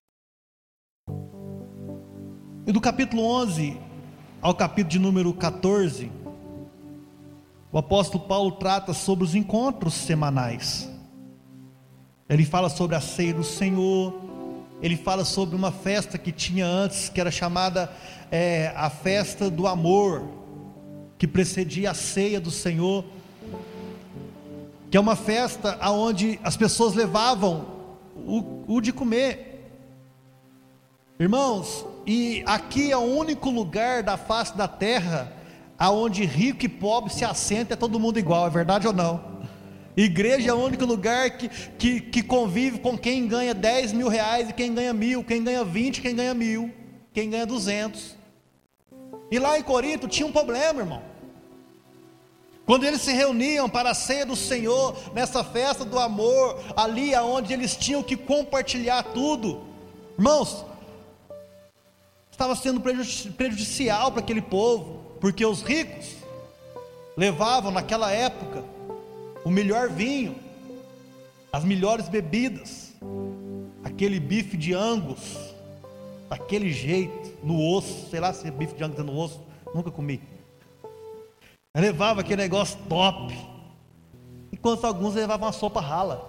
E do capítulo 11 ao capítulo de número 14, o apóstolo Paulo trata sobre os encontros semanais. Ele fala sobre a ceia do Senhor. Ele fala sobre uma festa que tinha antes, que era chamada a festa do amor, que precedia a ceia do Senhor, que é uma festa onde as pessoas levavam o de comer. Irmãos, e aqui é o único lugar da face da terra aonde rico e pobre se assenta, é todo mundo igual, é verdade ou não? Igreja é o único lugar que convive com quem ganha 10 mil reais e quem ganha 1.000, quem ganha 20, quem ganha 1.000, quem ganha 200. E lá em Corinto tinha um problema, irmão. Quando eles se reuniam para a ceia do Senhor, nessa festa do amor, ali aonde eles tinham que compartilhar tudo, irmãos, estava sendo prejudicial para aquele povo, porque os ricos levavam naquela época o melhor vinho, as melhores bebidas, aquele bife de Angus, daquele jeito, no osso, sei lá se é bife de Angus é no osso, nunca comi. Levava aquele negócio top, enquanto alguns levavam uma sopa rala,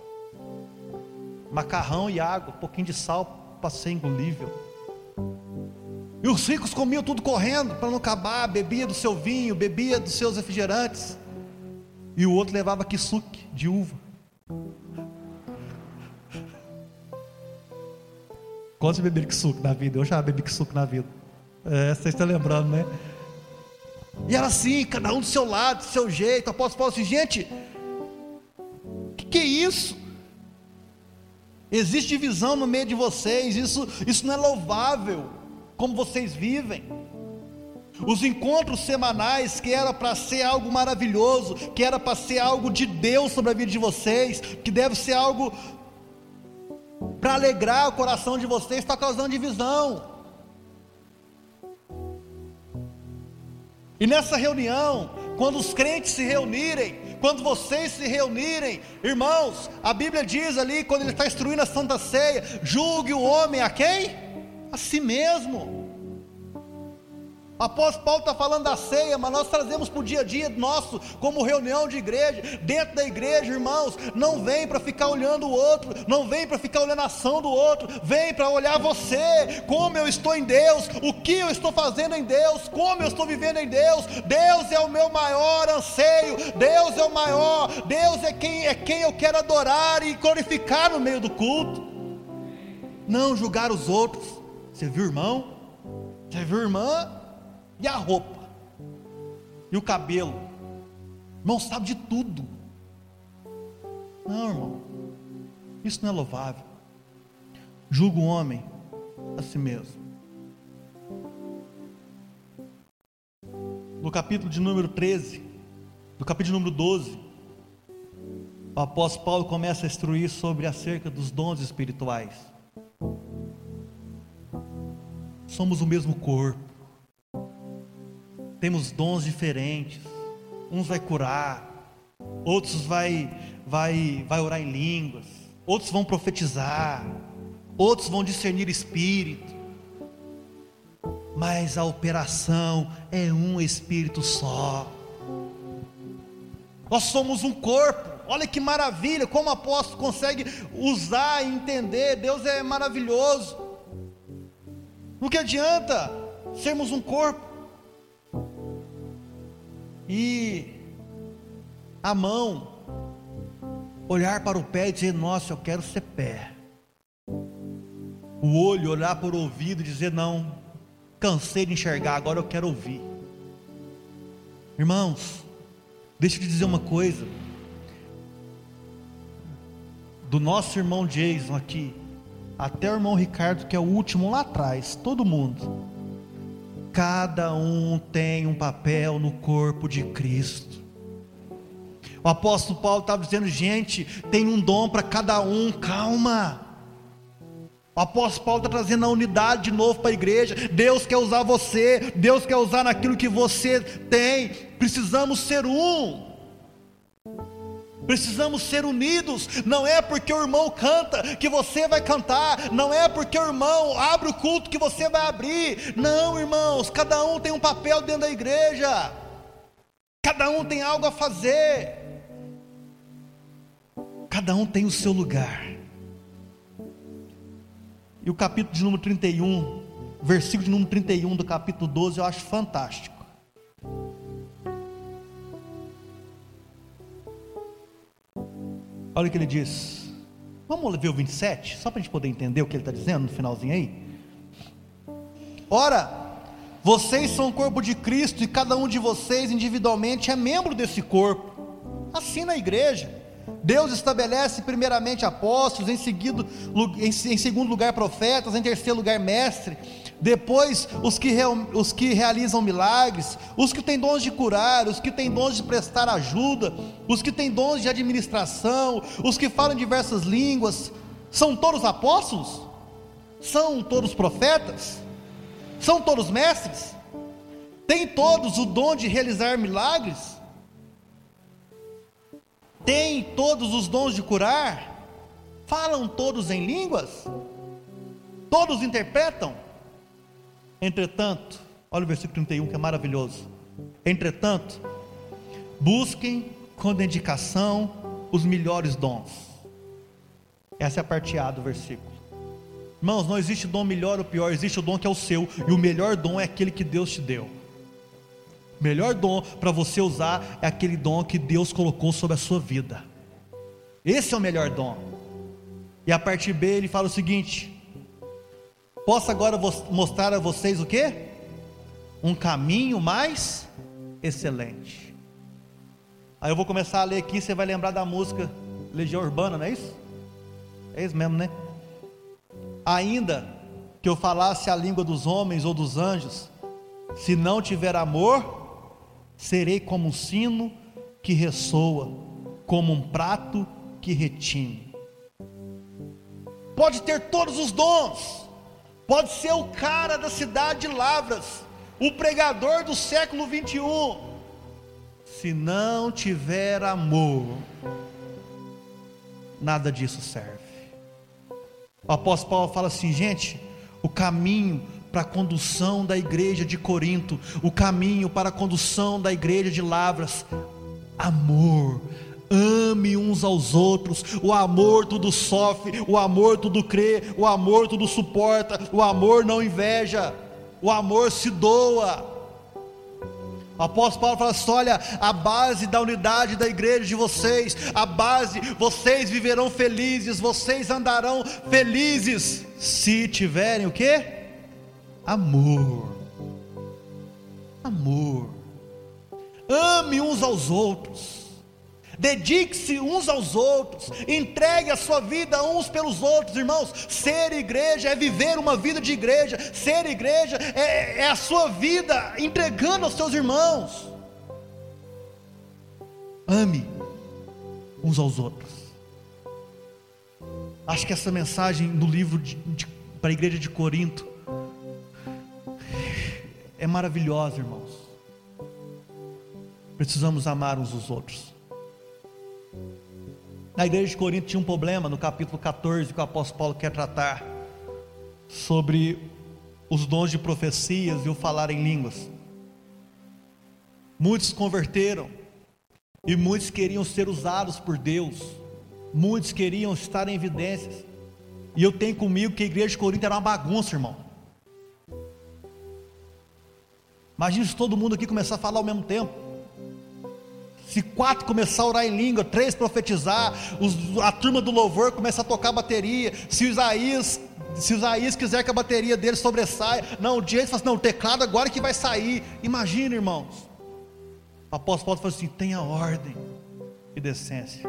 macarrão e água, um pouquinho de sal para ser engolível. E os ricos comiam tudo correndo para não acabar, bebia do seu vinho, bebia dos seus refrigerantes. E o outro levava kisuke de uva. Quantos beberam kisuke na vida? Eu já bebi kisuke na vida. Vocês estão lembrando, né? E era assim, cada um do seu lado, do seu jeito. O apóstolo Paulo assim, gente, que é isso? Existe divisão no meio de vocês, isso não é louvável, como vocês vivem. Os encontros semanais, que era para ser algo maravilhoso, que era para ser algo de Deus sobre a vida de vocês, que deve ser algo para alegrar o coração de vocês, está causando divisão. E nessa reunião quando os crentes se reunirem, quando vocês se reunirem, irmãos, a Bíblia diz ali, quando ele está instruindo a Santa Ceia, julgue o homem a quem? A si mesmo. O apóstolo Paulo está falando da ceia, mas nós trazemos para o dia a dia nosso, como reunião de igreja, dentro da igreja, irmãos, não vem para ficar olhando o outro, não vem para ficar olhando a ação do outro, vem para olhar você, como eu estou em Deus, o que eu estou fazendo em Deus, como eu estou vivendo em Deus. Deus é o meu maior anseio, Deus é o maior, Deus é quem eu quero adorar e glorificar no meio do culto, não julgar os outros. Você viu, irmão? Você viu, irmã? E a roupa? E o cabelo? Irmão, sabe de tudo. Não, irmão, isso não é louvável. Julga o homem a si mesmo. No capítulo de número 13, no capítulo de número 12, o apóstolo Paulo começa a instruir sobre acerca dos dons espirituais. Somos o mesmo corpo, temos dons diferentes. Uns vai curar, outros vai orar em línguas, outros vão profetizar, outros vão discernir espírito, mas a operação é um espírito só. Nós somos um corpo. Olha que maravilha, como o apóstolo consegue usar e entender. Deus é maravilhoso. Não que adianta sermos um corpo e a mão olhar para o pé e dizer: nossa, eu quero ser pé. O olho olhar para o ouvido e dizer: não, cansei de enxergar, agora eu quero ouvir. Irmãos, deixa eu te dizer uma coisa. Do nosso irmão Jason aqui até o irmão Ricardo, que é o último lá atrás, todo mundo, cada um tem um papel no corpo de Cristo. O apóstolo Paulo estava dizendo: gente, tem um dom para cada um. Calma. O apóstolo Paulo está trazendo a unidade de novo para a igreja. Deus quer usar você, Deus quer usar naquilo que você tem. Precisamos ser um, precisamos ser unidos. Não é porque o irmão canta que você vai cantar, não é porque o irmão abre o culto que você vai abrir. Não, irmãos, cada um tem um papel dentro da igreja, cada um tem algo a fazer, cada um tem o seu lugar. E o capítulo de número 31, versículo de número 31 do capítulo 12, eu acho fantástico. Olha o que ele diz. Vamos ver o 27, só para a gente poder entender o que ele está dizendo no finalzinho aí. Ora, vocês são o corpo de Cristo, e cada um de vocês individualmente é membro desse corpo. Assim na igreja, Deus estabelece primeiramente apóstolos, em segundo lugar profetas, em terceiro lugar mestre, depois os que realizam milagres, os que têm dons de curar, os que têm dons de prestar ajuda, os que têm dons de administração, os que falam diversas línguas. São todos apóstolos? São todos profetas? São todos mestres? Têm todos o dom de realizar milagres? Têm todos os dons de curar? Falam todos em línguas? Todos interpretam? Entretanto, olha o versículo 31 que é maravilhoso. Entretanto, busquem com dedicação os melhores dons. Essa é a parte A do versículo. Irmãos, não existe dom melhor ou pior, existe o dom que é o seu, e o melhor dom é aquele que Deus te deu. O melhor dom para você usar é aquele dom que Deus colocou sobre a sua vida. Esse é o melhor dom. E a parte B ele fala o seguinte: posso agora mostrar a vocês o quê? Um caminho mais excelente. Aí eu vou começar a ler aqui, você vai lembrar da música Legião Urbana, não é isso? É isso mesmo, né? Ainda que eu falasse a língua dos homens ou dos anjos, se não tiver amor, serei como um sino que ressoa, como um prato que retine. Pode ter todos os dons, pode ser o cara da cidade de Lavras, o pregador do século 21, se não tiver amor, nada disso serve. O apóstolo Paulo fala assim, gente, o caminho para a condução da igreja de Corinto, o caminho para a condução da igreja de Lavras, amor. Ame uns aos outros. O amor tudo sofre, o amor tudo crê, o amor tudo suporta, o amor não inveja, o amor se doa. O apóstolo Paulo fala assim, olha, a base da unidade da igreja de vocês, a base, vocês viverão felizes, vocês andarão felizes, se tiverem o quê? Amor. Amor. Ame uns aos outros, dedique-se uns aos outros, entregue a sua vida uns pelos outros, irmãos. Ser igreja é viver uma vida de igreja, ser igreja é a sua vida entregando aos seus irmãos. Ame uns aos outros. Acho que essa mensagem no livro para a igreja de Corinto é maravilhosa, irmãos. Precisamos amar uns aos outros. Na igreja de Corinto tinha um problema, no capítulo 14, que o apóstolo Paulo quer tratar, sobre os dons de profecias e o falar em línguas. Muitos se converteram, e muitos queriam ser usados por Deus, muitos queriam estar em evidências, e eu tenho comigo que a igreja de Corinto era uma bagunça, irmão. Imagina se todo mundo aqui começar a falar ao mesmo tempo. Se 4 começar a orar em língua, 3 profetizar, a turma do louvor começar a tocar bateria, se o Isaías quiser que a bateria dele sobressaia, não, o Jason fala assim, não, o teclado agora que vai sair. Imagina, irmãos. O apóstolo Paulo fala assim, tenha ordem e decência.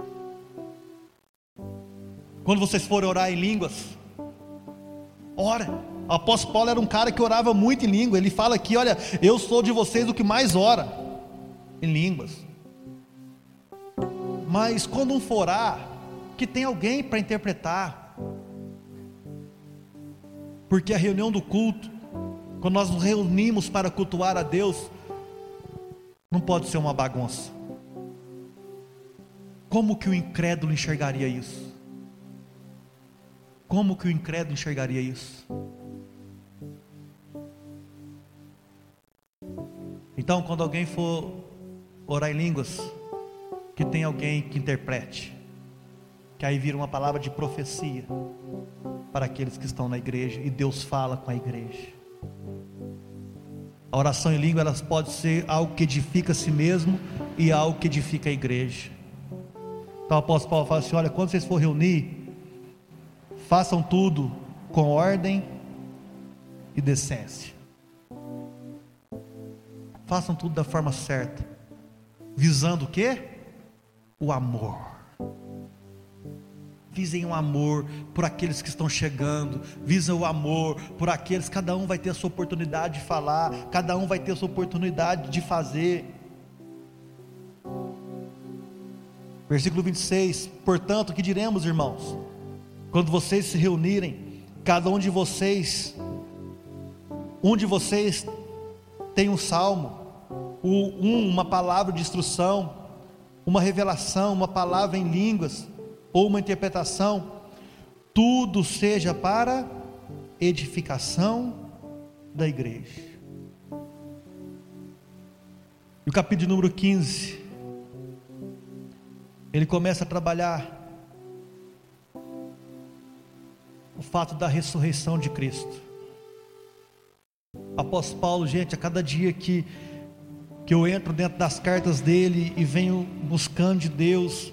Quando vocês forem orar em línguas, ora. O apóstolo Paulo era um cara que orava muito em língua. Ele fala aqui, olha, eu sou de vocês o que mais ora em línguas. Mas quando um for orar, que tem alguém para interpretar. Porque a reunião do culto, quando nós nos reunimos para cultuar a Deus, não pode ser uma bagunça. Como que o incrédulo enxergaria isso? Como que o incrédulo enxergaria isso? Então, quando alguém for orar em línguas, que tem alguém que interprete, que aí vira uma palavra de profecia para aqueles que estão na igreja, e Deus fala com a igreja. A oração em língua, elas pode ser algo que edifica a si mesmo e algo que edifica a igreja. Então o apóstolo Paulo fala assim, olha, quando vocês for reunir, façam tudo com ordem e decência. Façam tudo da forma certa, visando o quê? O amor. Visem o amor por aqueles que estão chegando, visem o amor por aqueles, cada um vai ter a sua oportunidade de falar, cada um vai ter a sua oportunidade de fazer. Versículo 26, portanto, o que diremos, irmãos? Quando vocês se reunirem, cada um de vocês tem um salmo, uma palavra de instrução, uma revelação, uma palavra em línguas, ou uma interpretação, tudo seja para edificação da igreja. E o capítulo número 15, ele começa a trabalhar o fato da ressurreição de Cristo. Apóstolo Paulo, gente, a cada dia que eu entro dentro das cartas dele e venho buscando de Deus,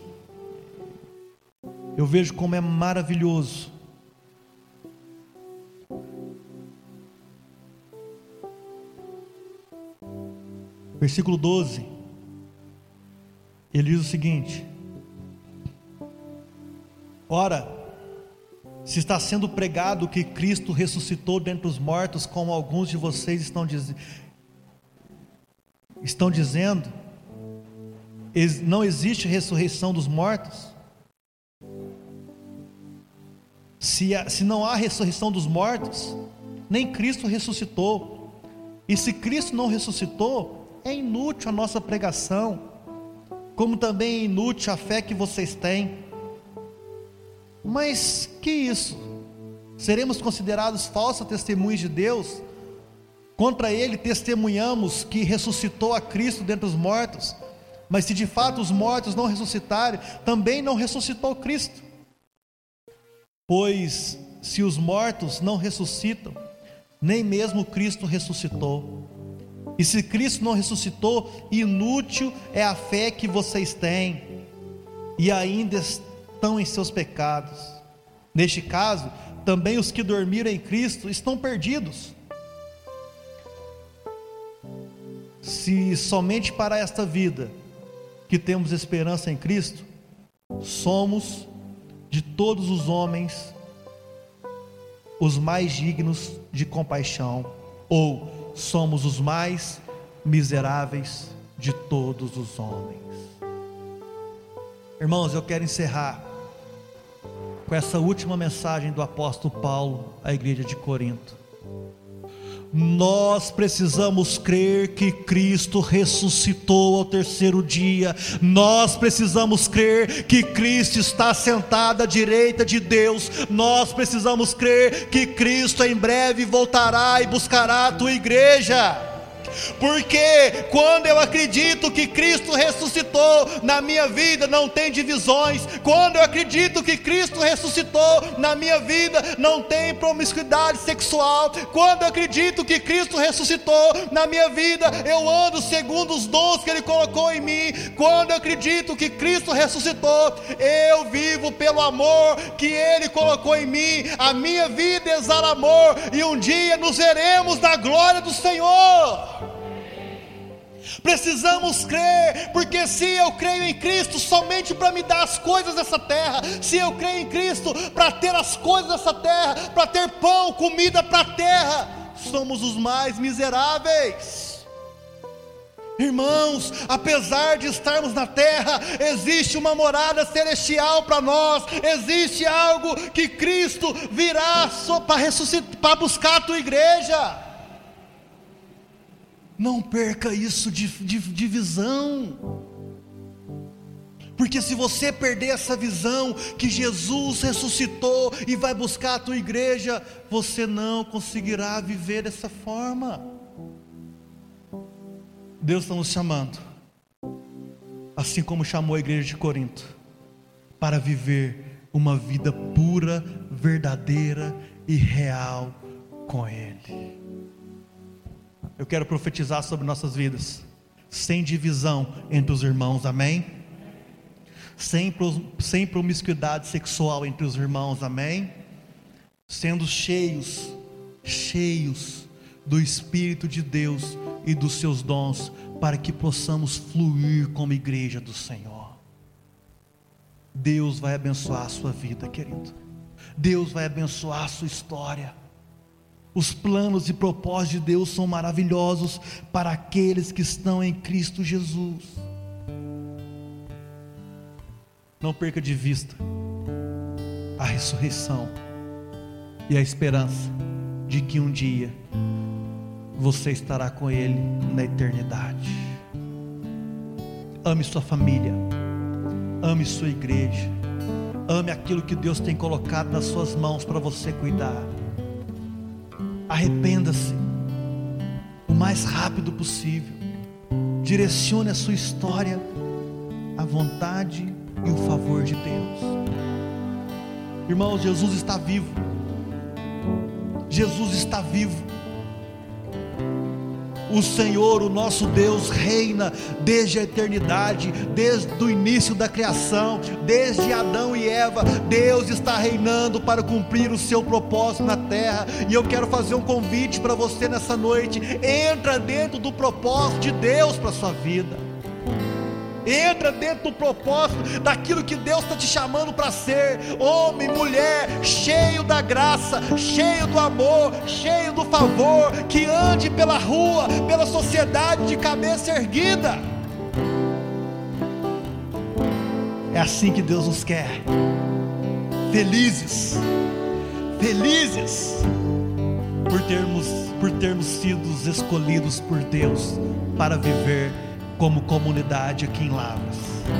eu vejo como é maravilhoso. Versículo 12, ele diz o seguinte: ora, se está sendo pregado que Cristo ressuscitou dentre os mortos, como alguns de vocês estão dizendo, não existe ressurreição dos mortos. Se não há ressurreição dos mortos, nem Cristo ressuscitou. E se Cristo não ressuscitou, é inútil a nossa pregação, como também é inútil a fé que vocês têm. Mas que isso? Seremos considerados falsas testemunhas de Deus? Contra Ele testemunhamos que ressuscitou a Cristo dentre os mortos, mas se de fato os mortos não ressuscitarem, também não ressuscitou Cristo. Pois se os mortos não ressuscitam, nem mesmo Cristo ressuscitou. E se Cristo não ressuscitou, inútil é a fé que vocês têm, e ainda estão em seus pecados. Neste caso, também os que dormiram em Cristo estão perdidos. Se somente para esta vida que temos esperança em Cristo, somos de todos os homens os mais dignos de compaixão, ou somos os mais miseráveis de todos os homens. Irmãos, eu quero encerrar com essa última mensagem do apóstolo Paulo à igreja de Corinto. Nós precisamos crer que Cristo ressuscitou ao terceiro dia. Nós precisamos crer que Cristo está sentado à direita de Deus. Nós precisamos crer que Cristo em breve voltará e buscará a tua igreja. Porque quando eu acredito que Cristo ressuscitou, na minha vida não tem divisões. Quando eu acredito que Cristo ressuscitou, na minha vida não tem promiscuidade sexual. Quando eu acredito que Cristo ressuscitou, na minha vida eu ando segundo os dons que Ele colocou em mim. Quando eu acredito que Cristo ressuscitou, eu vivo pelo amor que Ele colocou em mim. A minha vida exala amor, e um dia nos veremos na glória do Senhor. Precisamos crer, porque se eu creio em Cristo somente para me dar as coisas dessa terra, se eu creio em Cristo para ter as coisas dessa terra, para ter pão, comida para a terra, somos os mais miseráveis. Irmãos, apesar de estarmos na terra, existe uma morada celestial para nós, existe algo que Cristo virá para ressuscitar, para buscar a tua igreja. Não perca isso de visão, porque se você perder essa visão que Jesus ressuscitou e vai buscar a tua igreja, você não conseguirá viver dessa forma. Deus está nos chamando, assim como chamou a igreja de Corinto, para viver uma vida pura, verdadeira e real com Ele. Eu quero profetizar sobre nossas vidas, sem divisão entre os irmãos, amém? Sem promiscuidade sexual entre os irmãos, amém? Sendo cheios do Espírito de Deus e dos seus dons, para que possamos fluir como igreja do Senhor. Deus vai abençoar a sua vida, querido. Deus vai abençoar a sua história. Os planos e propósitos de Deus são maravilhosos para aqueles que estão em Cristo Jesus. Não perca de vista a ressurreição e a esperança de que um dia você estará com Ele na eternidade. Ame sua família, ame sua igreja, ame aquilo que Deus tem colocado nas suas mãos para você cuidar. Arrependa-se o mais rápido possível. Direcione a sua história à vontade e o favor de Deus. Irmãos, Jesus está vivo. Jesus está vivo. O Senhor, o nosso Deus, reina desde a eternidade, desde o início da criação, desde Adão e Eva. Deus está reinando para cumprir o seu propósito na terra. E eu quero fazer um convite para você nessa noite. Entra dentro do propósito de Deus para a sua vida. Entra dentro do propósito daquilo que Deus está te chamando para ser. Homem, mulher, cheio da graça, cheio do amor, cheio do favor, que ande pela rua, pela sociedade de cabeça erguida. É assim que Deus nos quer. Felizes por termos por termos sido escolhidos por Deus para viver como comunidade aqui em Lavras.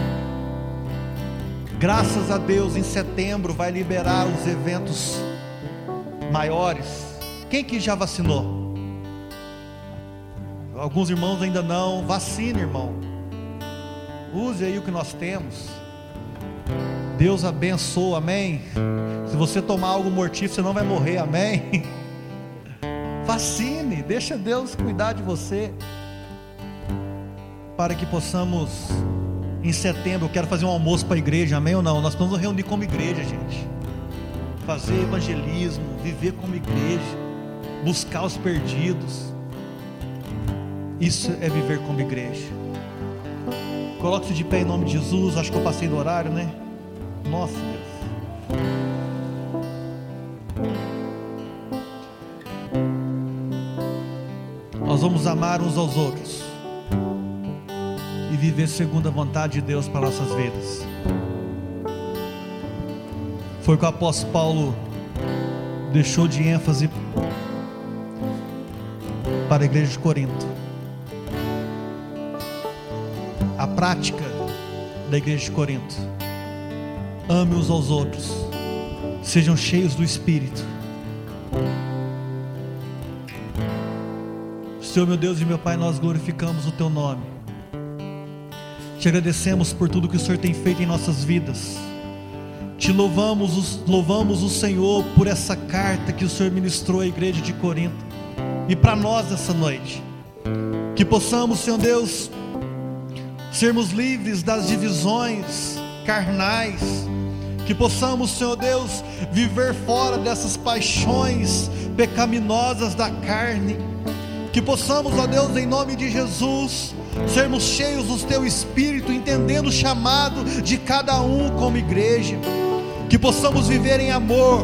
Graças a Deus, em setembro vai liberar os eventos maiores. Quem que já vacinou? Alguns irmãos ainda não. Vacina, irmão. Use aí o que nós temos. Deus abençoa, amém. Se você tomar algo mortífero, você não vai morrer, amém. Vacine, deixa Deus cuidar de você, para que possamos, em setembro, eu quero fazer um almoço para a igreja, amém ou não? Nós vamos nos reunir como igreja, gente, fazer evangelismo, viver como igreja, buscar os perdidos. Isso é viver como igreja. Coloque-se de pé em nome de Jesus. Acho que eu passei do horário, né? Nossa Deus. Nós vamos amar uns aos outros e viver segundo a vontade de Deus para nossas vidas. Foi o que o apóstolo Paulo deixou de ênfase para a igreja de Corinto. A prática da igreja de Corinto: ame uns aos outros, sejam cheios do Espírito. Senhor, meu Deus e meu Pai, nós glorificamos o Teu nome, te agradecemos por tudo que o Senhor tem feito em nossas vidas, te louvamos o Senhor por essa carta que o Senhor ministrou à igreja de Corinto, e para nós essa noite, que possamos, Senhor Deus, sermos livres das divisões carnais, que possamos, Senhor Deus, viver fora dessas paixões pecaminosas da carne, que possamos, ó Deus, em nome de Jesus, sermos cheios do Teu Espírito, entendendo o chamado de cada um como igreja, que possamos viver em amor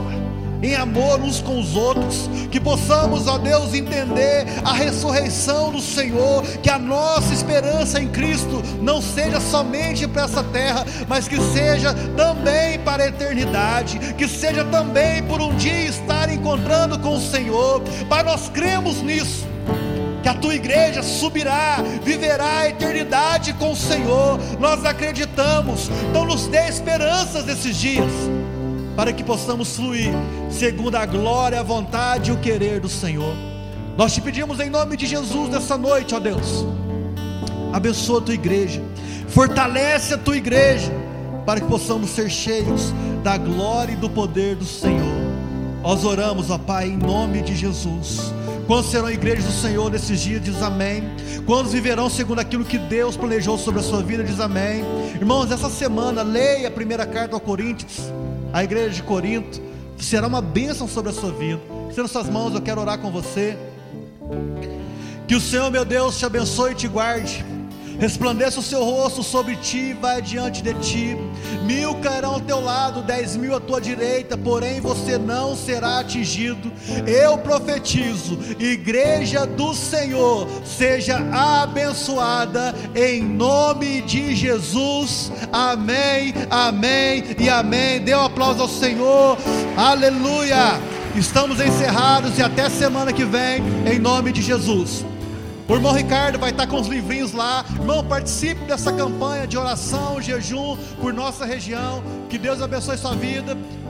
uns com os outros, que possamos, ó Deus, entender a ressurreição do Senhor, que a nossa esperança em Cristo não seja somente para essa terra, mas que seja também para a eternidade, que seja também por um dia estar encontrando com o Senhor. Pai, nós cremos nisso, que a Tua igreja subirá, viverá a eternidade com o Senhor, nós acreditamos. Então nos dê esperanças nesses dias, para que possamos fluir segundo a glória, a vontade e o querer do Senhor. Nós te pedimos em nome de Jesus nessa noite, ó Deus, abençoa a Tua igreja, fortalece a Tua igreja, para que possamos ser cheios da glória e do poder do Senhor. Nós oramos, ó Pai, em nome de Jesus. Quantos serão igrejas do Senhor nesses dias? Diz amém. Quantos viverão segundo aquilo que Deus planejou sobre a sua vida? Diz amém. Irmãos, essa semana leia a primeira carta aos Coríntios. A igreja de Corinto será uma bênção sobre a sua vida. Estenda suas mãos, eu quero orar com você. Que o Senhor, meu Deus, te abençoe e te guarde, resplandeça o seu rosto sobre ti e vai diante de ti. 1000 cairão ao teu lado, 10.000 à tua direita, porém você não será atingido. Eu profetizo: igreja do Senhor, seja abençoada em nome de Jesus. Amém, amém e amém. Dê um aplauso ao Senhor. Aleluia. Estamos encerrados e até semana que vem, em nome de Jesus. O irmão Ricardo vai estar com os livrinhos lá. Irmão, participe dessa campanha de oração, jejum por nossa região. Que Deus abençoe sua vida.